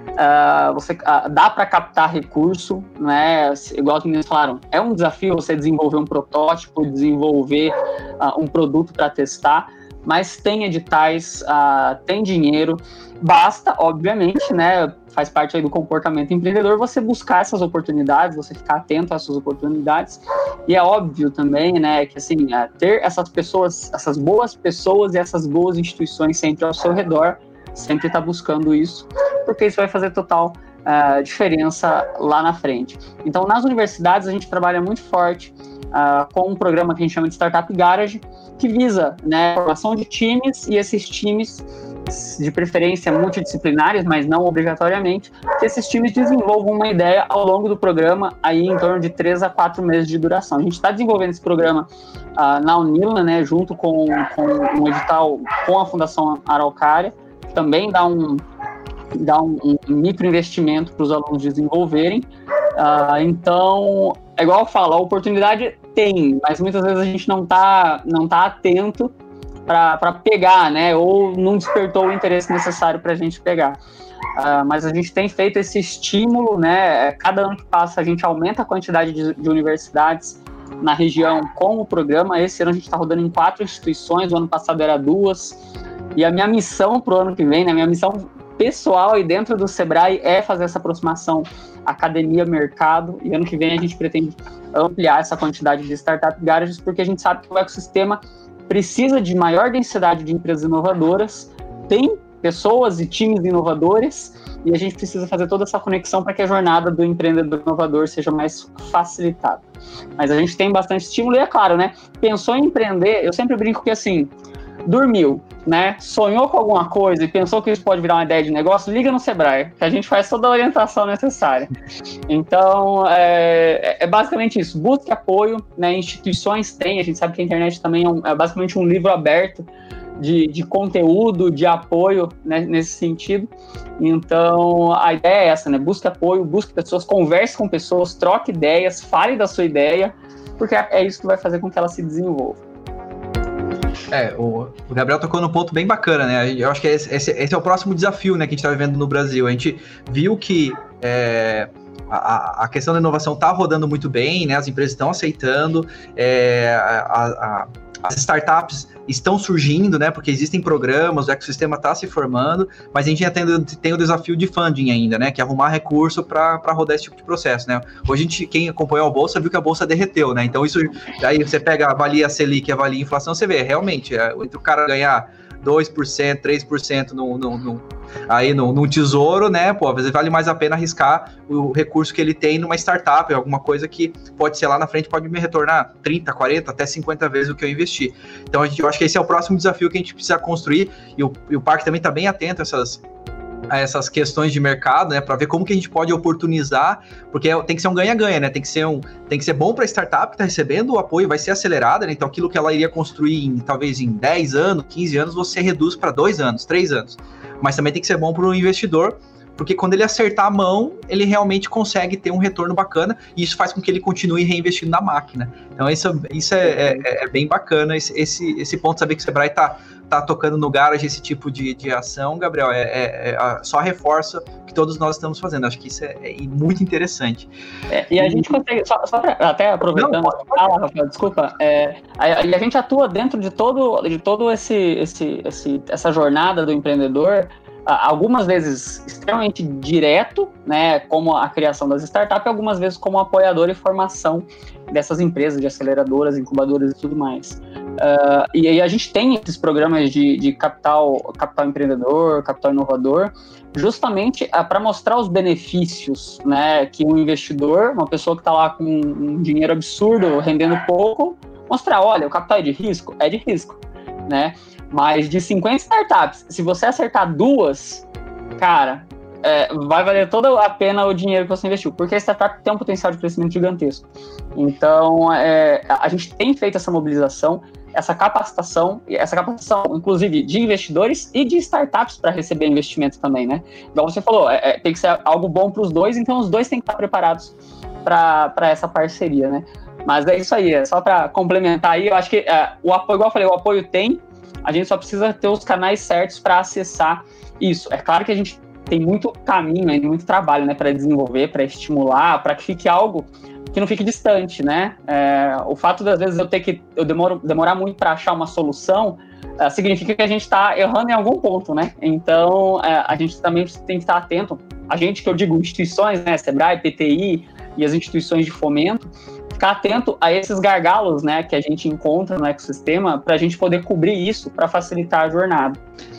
dá para captar recurso, né? Igual os meninos falaram, é um desafio você desenvolver um protótipo, desenvolver um produto para testar, mas tem editais, tem dinheiro, basta, obviamente, né, faz parte aí do comportamento empreendedor, você buscar essas oportunidades, você ficar atento a essas oportunidades, e é óbvio também, né, que assim, ter essas pessoas, essas boas pessoas e essas boas instituições sempre ao seu redor, sempre está buscando isso, porque isso vai fazer total diferença lá na frente. Então, nas universidades, a gente trabalha muito forte com um programa que a gente chama de Startup Garage, que visa, né, a formação de times, e esses times, de preferência multidisciplinares, mas não obrigatoriamente, que esses times desenvolvam uma ideia ao longo do programa, aí em torno de 3 a 4 meses de duração. A gente está desenvolvendo esse programa na Unila, né, junto com um edital com a Fundação Araucária, também dá um microinvestimento para os alunos desenvolverem. Então, é igual eu falo, a oportunidade tem, mas muitas vezes a gente não tá atento para pegar, né? Ou não despertou o interesse necessário para a gente pegar. Mas a gente tem feito esse estímulo, né? Cada ano que passa a gente aumenta a quantidade de universidades na região com o programa. Esse ano a gente está rodando em 4 instituições, o ano passado era 2. E a minha missão para o ano que vem, né? Minha missão pessoal e dentro do Sebrae é fazer essa aproximação academia-mercado, e ano que vem a gente pretende ampliar essa quantidade de startup garages, porque a gente sabe que o ecossistema precisa de maior densidade de empresas inovadoras, tem pessoas e times inovadores, e a gente precisa fazer toda essa conexão para que a jornada do empreendedor inovador seja mais facilitada. Mas a gente tem bastante estímulo e é claro, né? Pensou em empreender, eu sempre brinco que assim, dormiu, né? Sonhou com alguma coisa e pensou que isso pode virar uma ideia de negócio, liga no Sebrae, que a gente faz toda a orientação necessária. Então, é basicamente isso. Busque apoio, né? Instituições têm, a gente sabe que a internet também é basicamente um livro aberto de conteúdo, de apoio, né, nesse sentido. Então, a ideia é essa, né? Busque apoio, busque pessoas, converse com pessoas, troque ideias, fale da sua ideia, porque é isso que vai fazer com que ela se desenvolva. O Gabriel tocou num ponto bem bacana, né? Eu acho que esse é o próximo desafio, né, que a gente está vivendo no Brasil. A gente viu que a questão da inovação está rodando muito bem, né? As empresas estão aceitando, as startups estão surgindo, né? Porque existem programas, o ecossistema está se formando, mas a gente ainda tem o desafio de funding ainda, né? Que é arrumar recurso para rodar esse tipo de processo, né? Hoje quem acompanhou a Bolsa viu que a Bolsa derreteu, né? Então isso, aí você avalia a Selic, avalia a inflação, você vê, realmente, entre o cara ganhar 2%, 3% num tesouro, né? Pô, às vezes vale mais a pena arriscar o recurso que ele tem numa startup, alguma coisa que pode ser lá na frente, pode me retornar 30, 40, até 50 vezes o que eu investi. Então, eu acho que esse é o próximo desafio que a gente precisa construir, e o Parque também está bem atento a essas questões de mercado, né, para ver como que a gente pode oportunizar, porque tem que ser um ganha-ganha, né, tem que ser bom para a startup que está recebendo o apoio, vai ser acelerada, né, então aquilo que ela iria construir talvez em 10 anos, 15 anos, você reduz para 2 anos, 3 anos, mas também tem que ser bom para o investidor, porque quando ele acertar a mão, ele realmente consegue ter um retorno bacana, e isso faz com que ele continue reinvestindo na máquina. Então isso é bem bacana, esse ponto, saber que o Sebrae tá tocando no garage esse tipo de ação, Gabriel, só reforça o que todos nós estamos fazendo. Acho que isso é muito interessante. E a gente consegue, só pra, até aproveitando, Rafael, desculpa, a gente atua dentro de todo essa jornada do empreendedor, algumas vezes extremamente direto, né, como a criação das startups, algumas vezes como apoiador e formação dessas empresas, de aceleradoras, incubadoras e tudo mais. E aí a gente tem esses programas de capital empreendedor, capital inovador, justamente para mostrar os benefícios, né, que um investidor, uma pessoa que está lá com um dinheiro absurdo, rendendo pouco, mostrar, olha, o capital é de risco, né? Mas de 50 startups, se você acertar 2, cara, vai valer toda a pena o dinheiro que você investiu, porque a startup tem um potencial de crescimento gigantesco. Então, a gente tem feito essa mobilização, essa capacitação, inclusive, de investidores e de startups para receber investimento também, né? Igual você falou, tem que ser algo bom para os dois, então os dois têm que estar preparados para essa parceria, né? Mas é isso aí, só para complementar aí, eu acho que o apoio, igual eu falei, o apoio tem, a gente só precisa ter os canais certos para acessar isso. É claro que a gente tem muito caminho ainda, muito trabalho, né, para desenvolver, para estimular, para que fique algo que não fique distante, né? O fato de, às vezes, eu demorar muito para achar uma solução, significa que a gente está errando em algum ponto, né? Então, a gente também tem que estar atento, a gente, que eu digo, instituições, né, Sebrae, PTI e as instituições de fomento, ficar atento a esses gargalos, né, que a gente encontra no ecossistema, para a gente poder cobrir isso, para facilitar a jornada.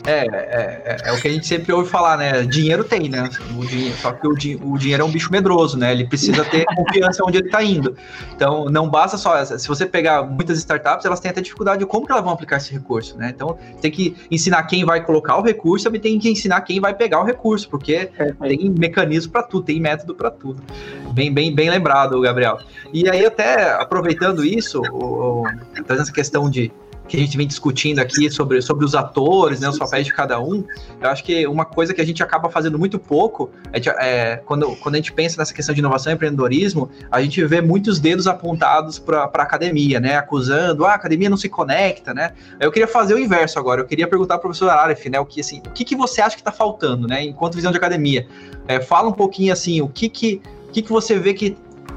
É o que a gente sempre ouve falar, né? Dinheiro tem, né? Só que o dinheiro é um bicho medroso, né? Ele precisa ter confiança onde ele está indo. Então, não basta só... Se você pegar muitas startups, elas têm até dificuldade de como que elas vão aplicar esse recurso, né? Então, tem que ensinar quem vai colocar o recurso, também tem que ensinar quem vai pegar o recurso, porque tem mecanismo para tudo, tem método para tudo. Bem lembrado, Gabriel. E aí, até aproveitando isso, trazendo essa questão que a gente vem discutindo aqui sobre os atores, né, os papéis de cada um, eu acho que uma coisa que a gente acaba fazendo muito pouco, quando a gente pensa nessa questão de inovação e empreendedorismo, a gente vê muitos dedos apontados para a academia, né, acusando, a academia não se conecta, né. Eu queria fazer o inverso agora, eu queria perguntar para o professor Aref, né, o que você acha que está faltando, né, enquanto visão de academia. Fala um pouquinho assim, o que você vê que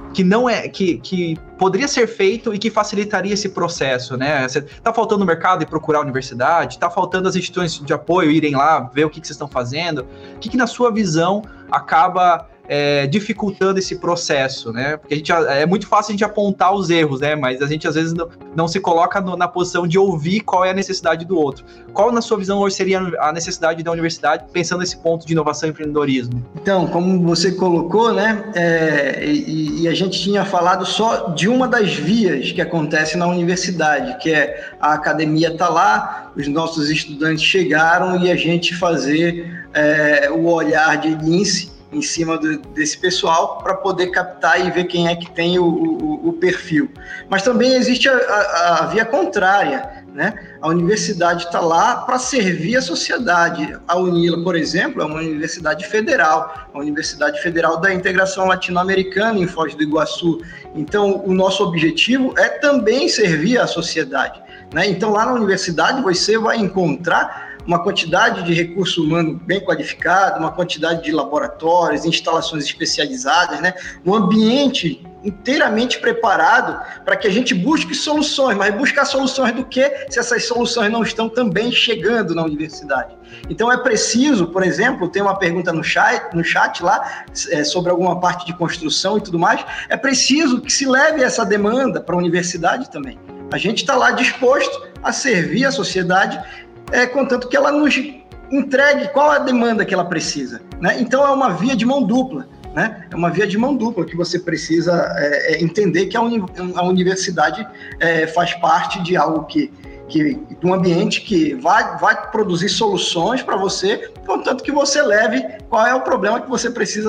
poderia ser feito e que facilitaria esse processo, né? Tá faltando o mercado e procurar a universidade, tá faltando as instituições de apoio irem lá ver o que vocês estão fazendo. O que na sua visão acaba dificultando esse processo, né? Porque é muito fácil a gente apontar os erros, né? Mas a gente às vezes não se coloca na posição de ouvir qual é a necessidade do outro. Qual, na sua visão, hoje seria a necessidade da universidade, pensando nesse ponto de inovação e empreendedorismo? Então, como você colocou, né? E a gente tinha falado só de uma das vias que acontece na universidade, que é a academia está lá, os nossos estudantes chegaram e a gente fazer o olhar de lince em cima desse pessoal para poder captar e ver quem é que tem o perfil. Mas também existe a via contrária, né? A universidade está lá para servir a sociedade. A UNILA, por exemplo, é uma universidade federal, a Universidade Federal da Integração Latino-Americana em Foz do Iguaçu. Então, o nosso objetivo é também servir a sociedade, né? Então, lá na universidade, você vai encontrar uma quantidade de recurso humano bem qualificado, uma quantidade de laboratórios, instalações especializadas, né? Um ambiente inteiramente preparado para que a gente busque soluções, mas buscar soluções do que se essas soluções não estão também chegando na universidade. Então é preciso, por exemplo, tem uma pergunta no chat lá, sobre alguma parte de construção e tudo mais, é preciso que se leve essa demanda para a universidade também. A gente está lá disposto a servir a sociedade, contanto que ela nos entregue qual é a demanda que ela precisa, né? Então é uma via de mão dupla, né? É uma via de mão dupla que você precisa entender que a universidade faz parte de algo de um ambiente que vai produzir soluções para você, contanto que você leve qual é o problema que você precisa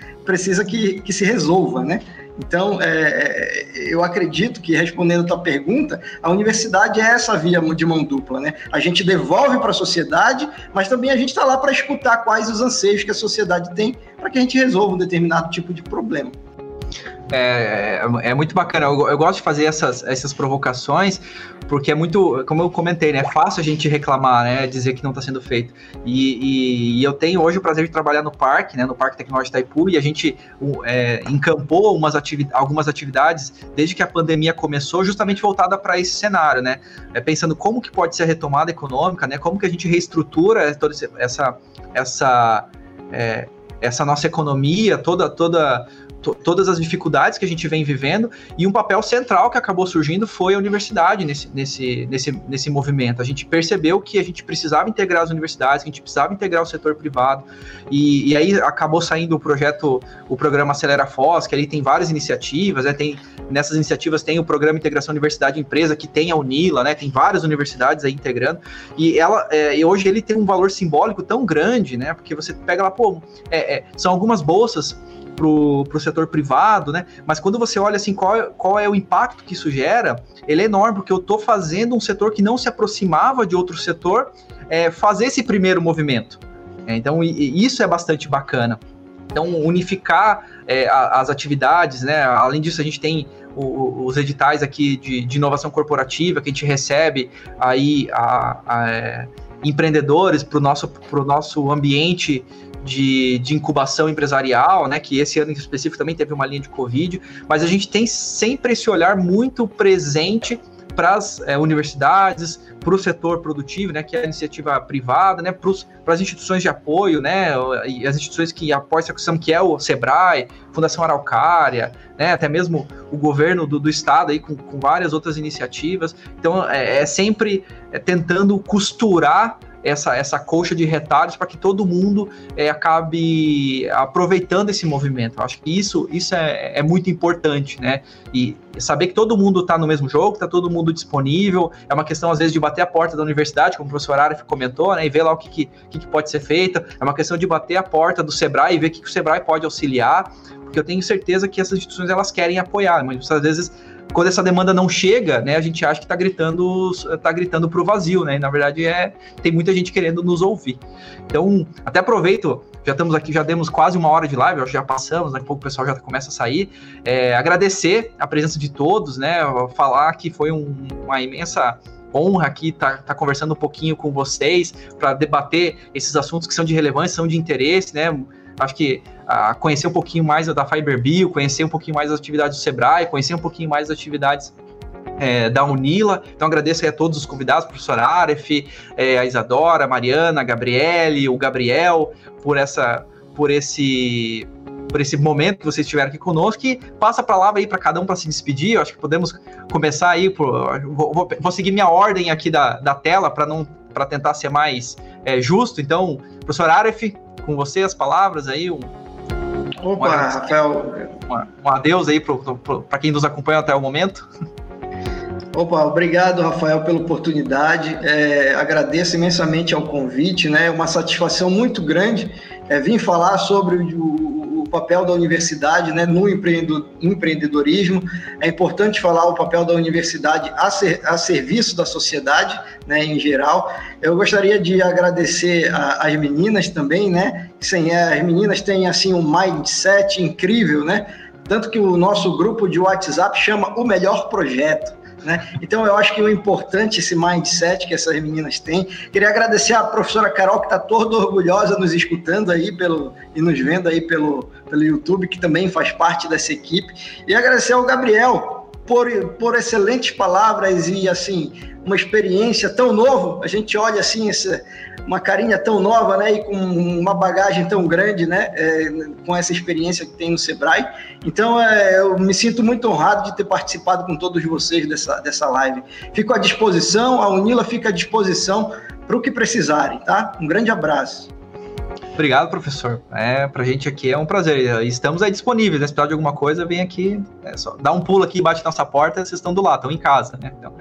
que se resolva, né? Então, eu acredito que, respondendo a tua pergunta, a universidade é essa via de mão dupla, né? A gente devolve para a sociedade, mas também a gente está lá para escutar quais os anseios que a sociedade tem para que a gente resolva um determinado tipo de problema. É muito bacana, eu gosto de fazer essas provocações, porque é muito, como eu comentei, né, é fácil a gente reclamar, né, dizer que não está sendo feito, e eu tenho hoje o prazer de trabalhar no parque, né, no Parque Tecnológico Itaipu, e a gente encampou algumas atividades desde que a pandemia começou, justamente voltada para esse cenário, né, pensando como que pode ser a retomada econômica, né, como que a gente reestrutura toda essa nossa economia, todas as dificuldades que a gente vem vivendo, e um papel central que acabou surgindo foi a universidade nesse movimento. A gente percebeu que a gente precisava integrar as universidades, que a gente precisava integrar o setor privado, e aí acabou saindo o programa Acelera Foz, que ali tem várias iniciativas, né? Nessas iniciativas tem o programa Integração Universidade Empresa, que tem a UNILA, né? Tem várias universidades aí integrando, e hoje ele tem um valor simbólico tão grande, né? Porque você pega lá, são algumas bolsas pro setor privado, né? Mas quando você olha assim, qual é o impacto que isso gera, ele é enorme, porque eu estou fazendo um setor que não se aproximava de outro setor fazer esse primeiro movimento. Então, isso é bastante bacana. Então, unificar as atividades, né? Além disso, a gente tem os editais aqui de inovação corporativa, que a gente recebe aí empreendedores para o nosso ambiente de incubação empresarial, né, que esse ano em específico também teve uma linha de Covid, mas a gente tem sempre esse olhar muito presente para as universidades, para o setor produtivo, né, que é a iniciativa privada, né, para as instituições de apoio, né, e as instituições que apoiam essa questão, que é o Sebrae, Fundação Araucária, né, até mesmo o governo do estado aí com várias outras iniciativas. Então sempre tentando costurar essa colcha de retalhos para que todo mundo acabe aproveitando esse movimento. Eu acho que isso é muito importante, né? E saber que todo mundo está no mesmo jogo, está todo mundo disponível, é uma questão às vezes de bater a porta da universidade, como o professor Arif comentou, né? E ver lá o que pode ser feito, é uma questão de bater a porta do Sebrae e ver o que o Sebrae pode auxiliar, porque eu tenho certeza que essas instituições elas querem apoiar, mas às vezes quando essa demanda não chega, né, a gente acha que está gritando pro vazio, né, e na verdade tem muita gente querendo nos ouvir. Então, até aproveito, já estamos aqui, já demos quase 1 hora de live, acho que já passamos, daqui a pouco o pessoal já começa a sair, agradecer a presença de todos, né, falar que foi uma imensa honra aqui tá conversando um pouquinho com vocês, para debater esses assuntos que são de relevância, são de interesse, né. Acho que conhecer um pouquinho mais da Fiberbio, conhecer um pouquinho mais das atividades do Sebrae, conhecer um pouquinho mais das atividades da UNILA. Então agradeço aí a todos os convidados, professor Arif, a Isadora, a Mariana, a Gabriele, o Gabriel, por esse por esse momento que vocês estiveram aqui conosco, e passa a palavra aí para cada um para se despedir. Eu acho que podemos começar aí, vou seguir minha ordem aqui da tela para tentar ser mais justo. Então, professor Aref, com você as palavras aí. Opa, Rafael. Um adeus aí para quem nos acompanha até o momento. Opa, obrigado, Rafael, pela oportunidade. Agradeço imensamente ao convite, né? É uma satisfação muito grande vir falar sobre o papel da universidade, né, no empreendedorismo. É importante falar o papel da universidade a serviço da sociedade, né, em geral. Eu gostaria de agradecer às meninas também, né? As meninas têm assim um mindset incrível, né? Tanto que o nosso grupo de WhatsApp chama O Melhor Projeto. Né? Então, eu acho que o importante esse mindset que essas meninas têm. Queria agradecer à professora Carol, que está toda orgulhosa nos escutando aí e nos vendo aí pelo YouTube, que também faz parte dessa equipe. E agradecer ao Gabriel por excelentes palavras e, assim, uma experiência tão nova. A gente olha, assim, uma carinha tão nova, né, e com uma bagagem tão grande, né, com essa experiência que tem no Sebrae. Então, eu me sinto muito honrado de ter participado com todos vocês dessa live. Fico à disposição, a Unila fica à disposição para o que precisarem, tá? Um grande abraço. Obrigado, professor. Pra gente aqui é um prazer. Estamos aí disponíveis, né? Se precisar de alguma coisa, vem aqui, só dá um pulo aqui, bate na nossa porta, vocês estão do lado, estão em casa, né? Então,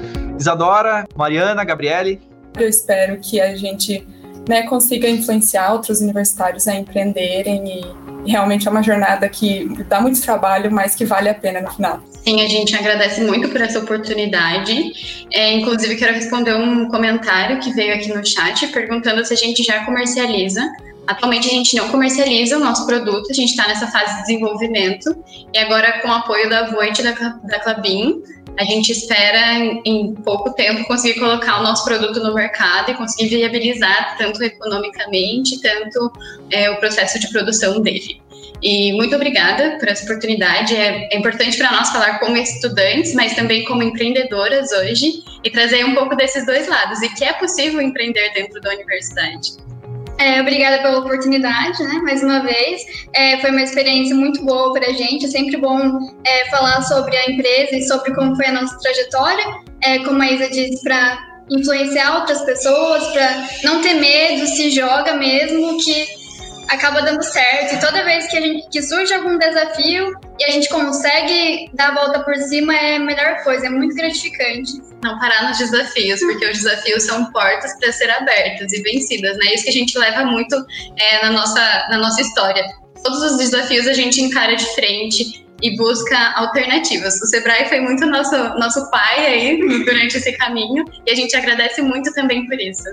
Isadora, Mariana, Gabriele. Eu espero que a gente, né, consiga influenciar outros universitários a empreenderem e realmente é uma jornada que dá muito trabalho, mas que vale a pena no final. Sim, a gente agradece muito por essa oportunidade. Inclusive, quero responder um comentário que veio aqui no chat perguntando se a gente já comercializa. Atualmente, a gente não comercializa o nosso produto, a gente está nessa fase de desenvolvimento. E agora, com o apoio da Voit e da Klabin, a gente espera, em pouco tempo, conseguir colocar o nosso produto no mercado e conseguir viabilizar tanto economicamente, tanto o processo de produção dele. E muito obrigada por essa oportunidade. É importante para nós falar como estudantes, mas também como empreendedoras hoje, e trazer um pouco desses dois lados, e que é possível empreender dentro da universidade. Obrigada pela oportunidade, né? Mais uma vez. Foi uma experiência muito boa para a gente. É sempre bom falar sobre a empresa e sobre como foi a nossa trajetória. Como a Isa disse, para influenciar outras pessoas, para não ter medo, se joga mesmo, que acaba dando certo. E toda vez que surge algum desafio e a gente consegue dar a volta por cima, é a melhor coisa, é muito gratificante. Não parar nos desafios, porque os desafios são portas para ser abertas e vencidas, né? Isso que a gente leva muito na nossa história. Todos os desafios a gente encara de frente e busca alternativas. O Sebrae foi muito nosso pai aí durante esse caminho, e a gente agradece muito também por isso.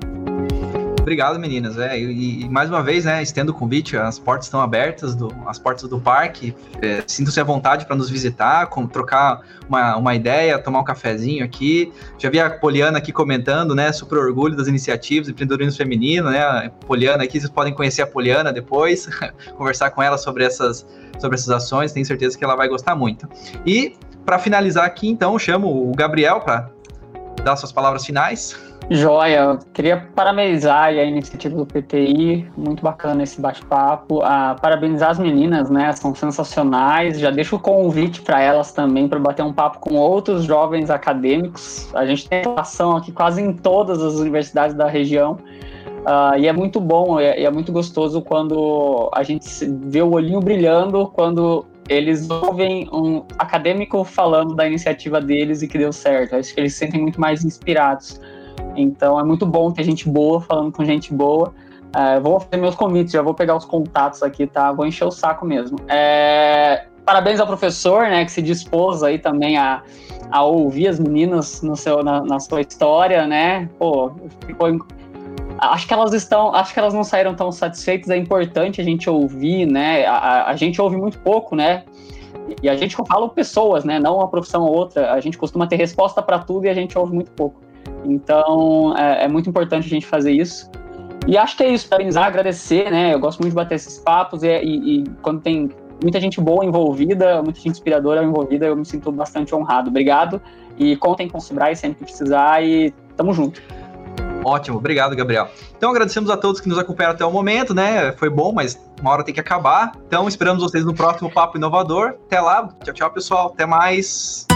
Obrigado, meninas. E mais uma vez, né, estendo o convite, as portas estão abertas, as portas do parque. Sintam-se à vontade para nos visitar, trocar uma ideia, tomar um cafezinho aqui. Já vi a Poliana aqui comentando, né, super orgulho das iniciativas de empreendedorismo feminino, né? A Poliana aqui, vocês podem conhecer a Poliana depois, conversar com ela sobre essas ações, tenho certeza que ela vai gostar muito. E, para finalizar aqui, então, eu chamo o Gabriel para dar suas palavras finais. Joia, queria parabenizar a iniciativa do PTI, muito bacana esse bate-papo, parabenizar as meninas, né, são sensacionais, já deixo o convite para elas também, para bater um papo com outros jovens acadêmicos. A gente tem relação aqui quase em todas as universidades da região, e é muito bom, e é muito gostoso quando a gente vê o olhinho brilhando, quando eles ouvem um acadêmico falando da iniciativa deles e que deu certo. Acho que eles se sentem muito mais inspirados. Então é muito bom ter gente boa falando com gente boa. Vou fazer meus convites, já vou pegar os contatos aqui, tá? Vou encher o saco mesmo. Parabéns ao professor, né, que se dispôs aí também a ouvir as meninas na sua história, né? Pô, acho que elas não saíram tão satisfeitas. É importante a gente ouvir, né? A gente ouve muito pouco, né? E a gente fala pessoas, né? Não uma profissão ou outra. A gente costuma ter resposta para tudo e a gente ouve muito pouco. Então, é muito importante a gente fazer isso. E acho que é isso, parabenizar, agradecer, né? Eu gosto muito de bater esses papos e quando tem muita gente boa envolvida, muita gente inspiradora envolvida, eu me sinto bastante honrado. Obrigado e contem com o Sebrae sempre que precisar e tamo junto. Ótimo, obrigado, Gabriel. Então agradecemos a todos que nos acompanharam até o momento, né? Foi bom, mas uma hora tem que acabar. Então esperamos vocês no próximo Papo Inovador. Até lá, tchau, tchau, pessoal. Até mais.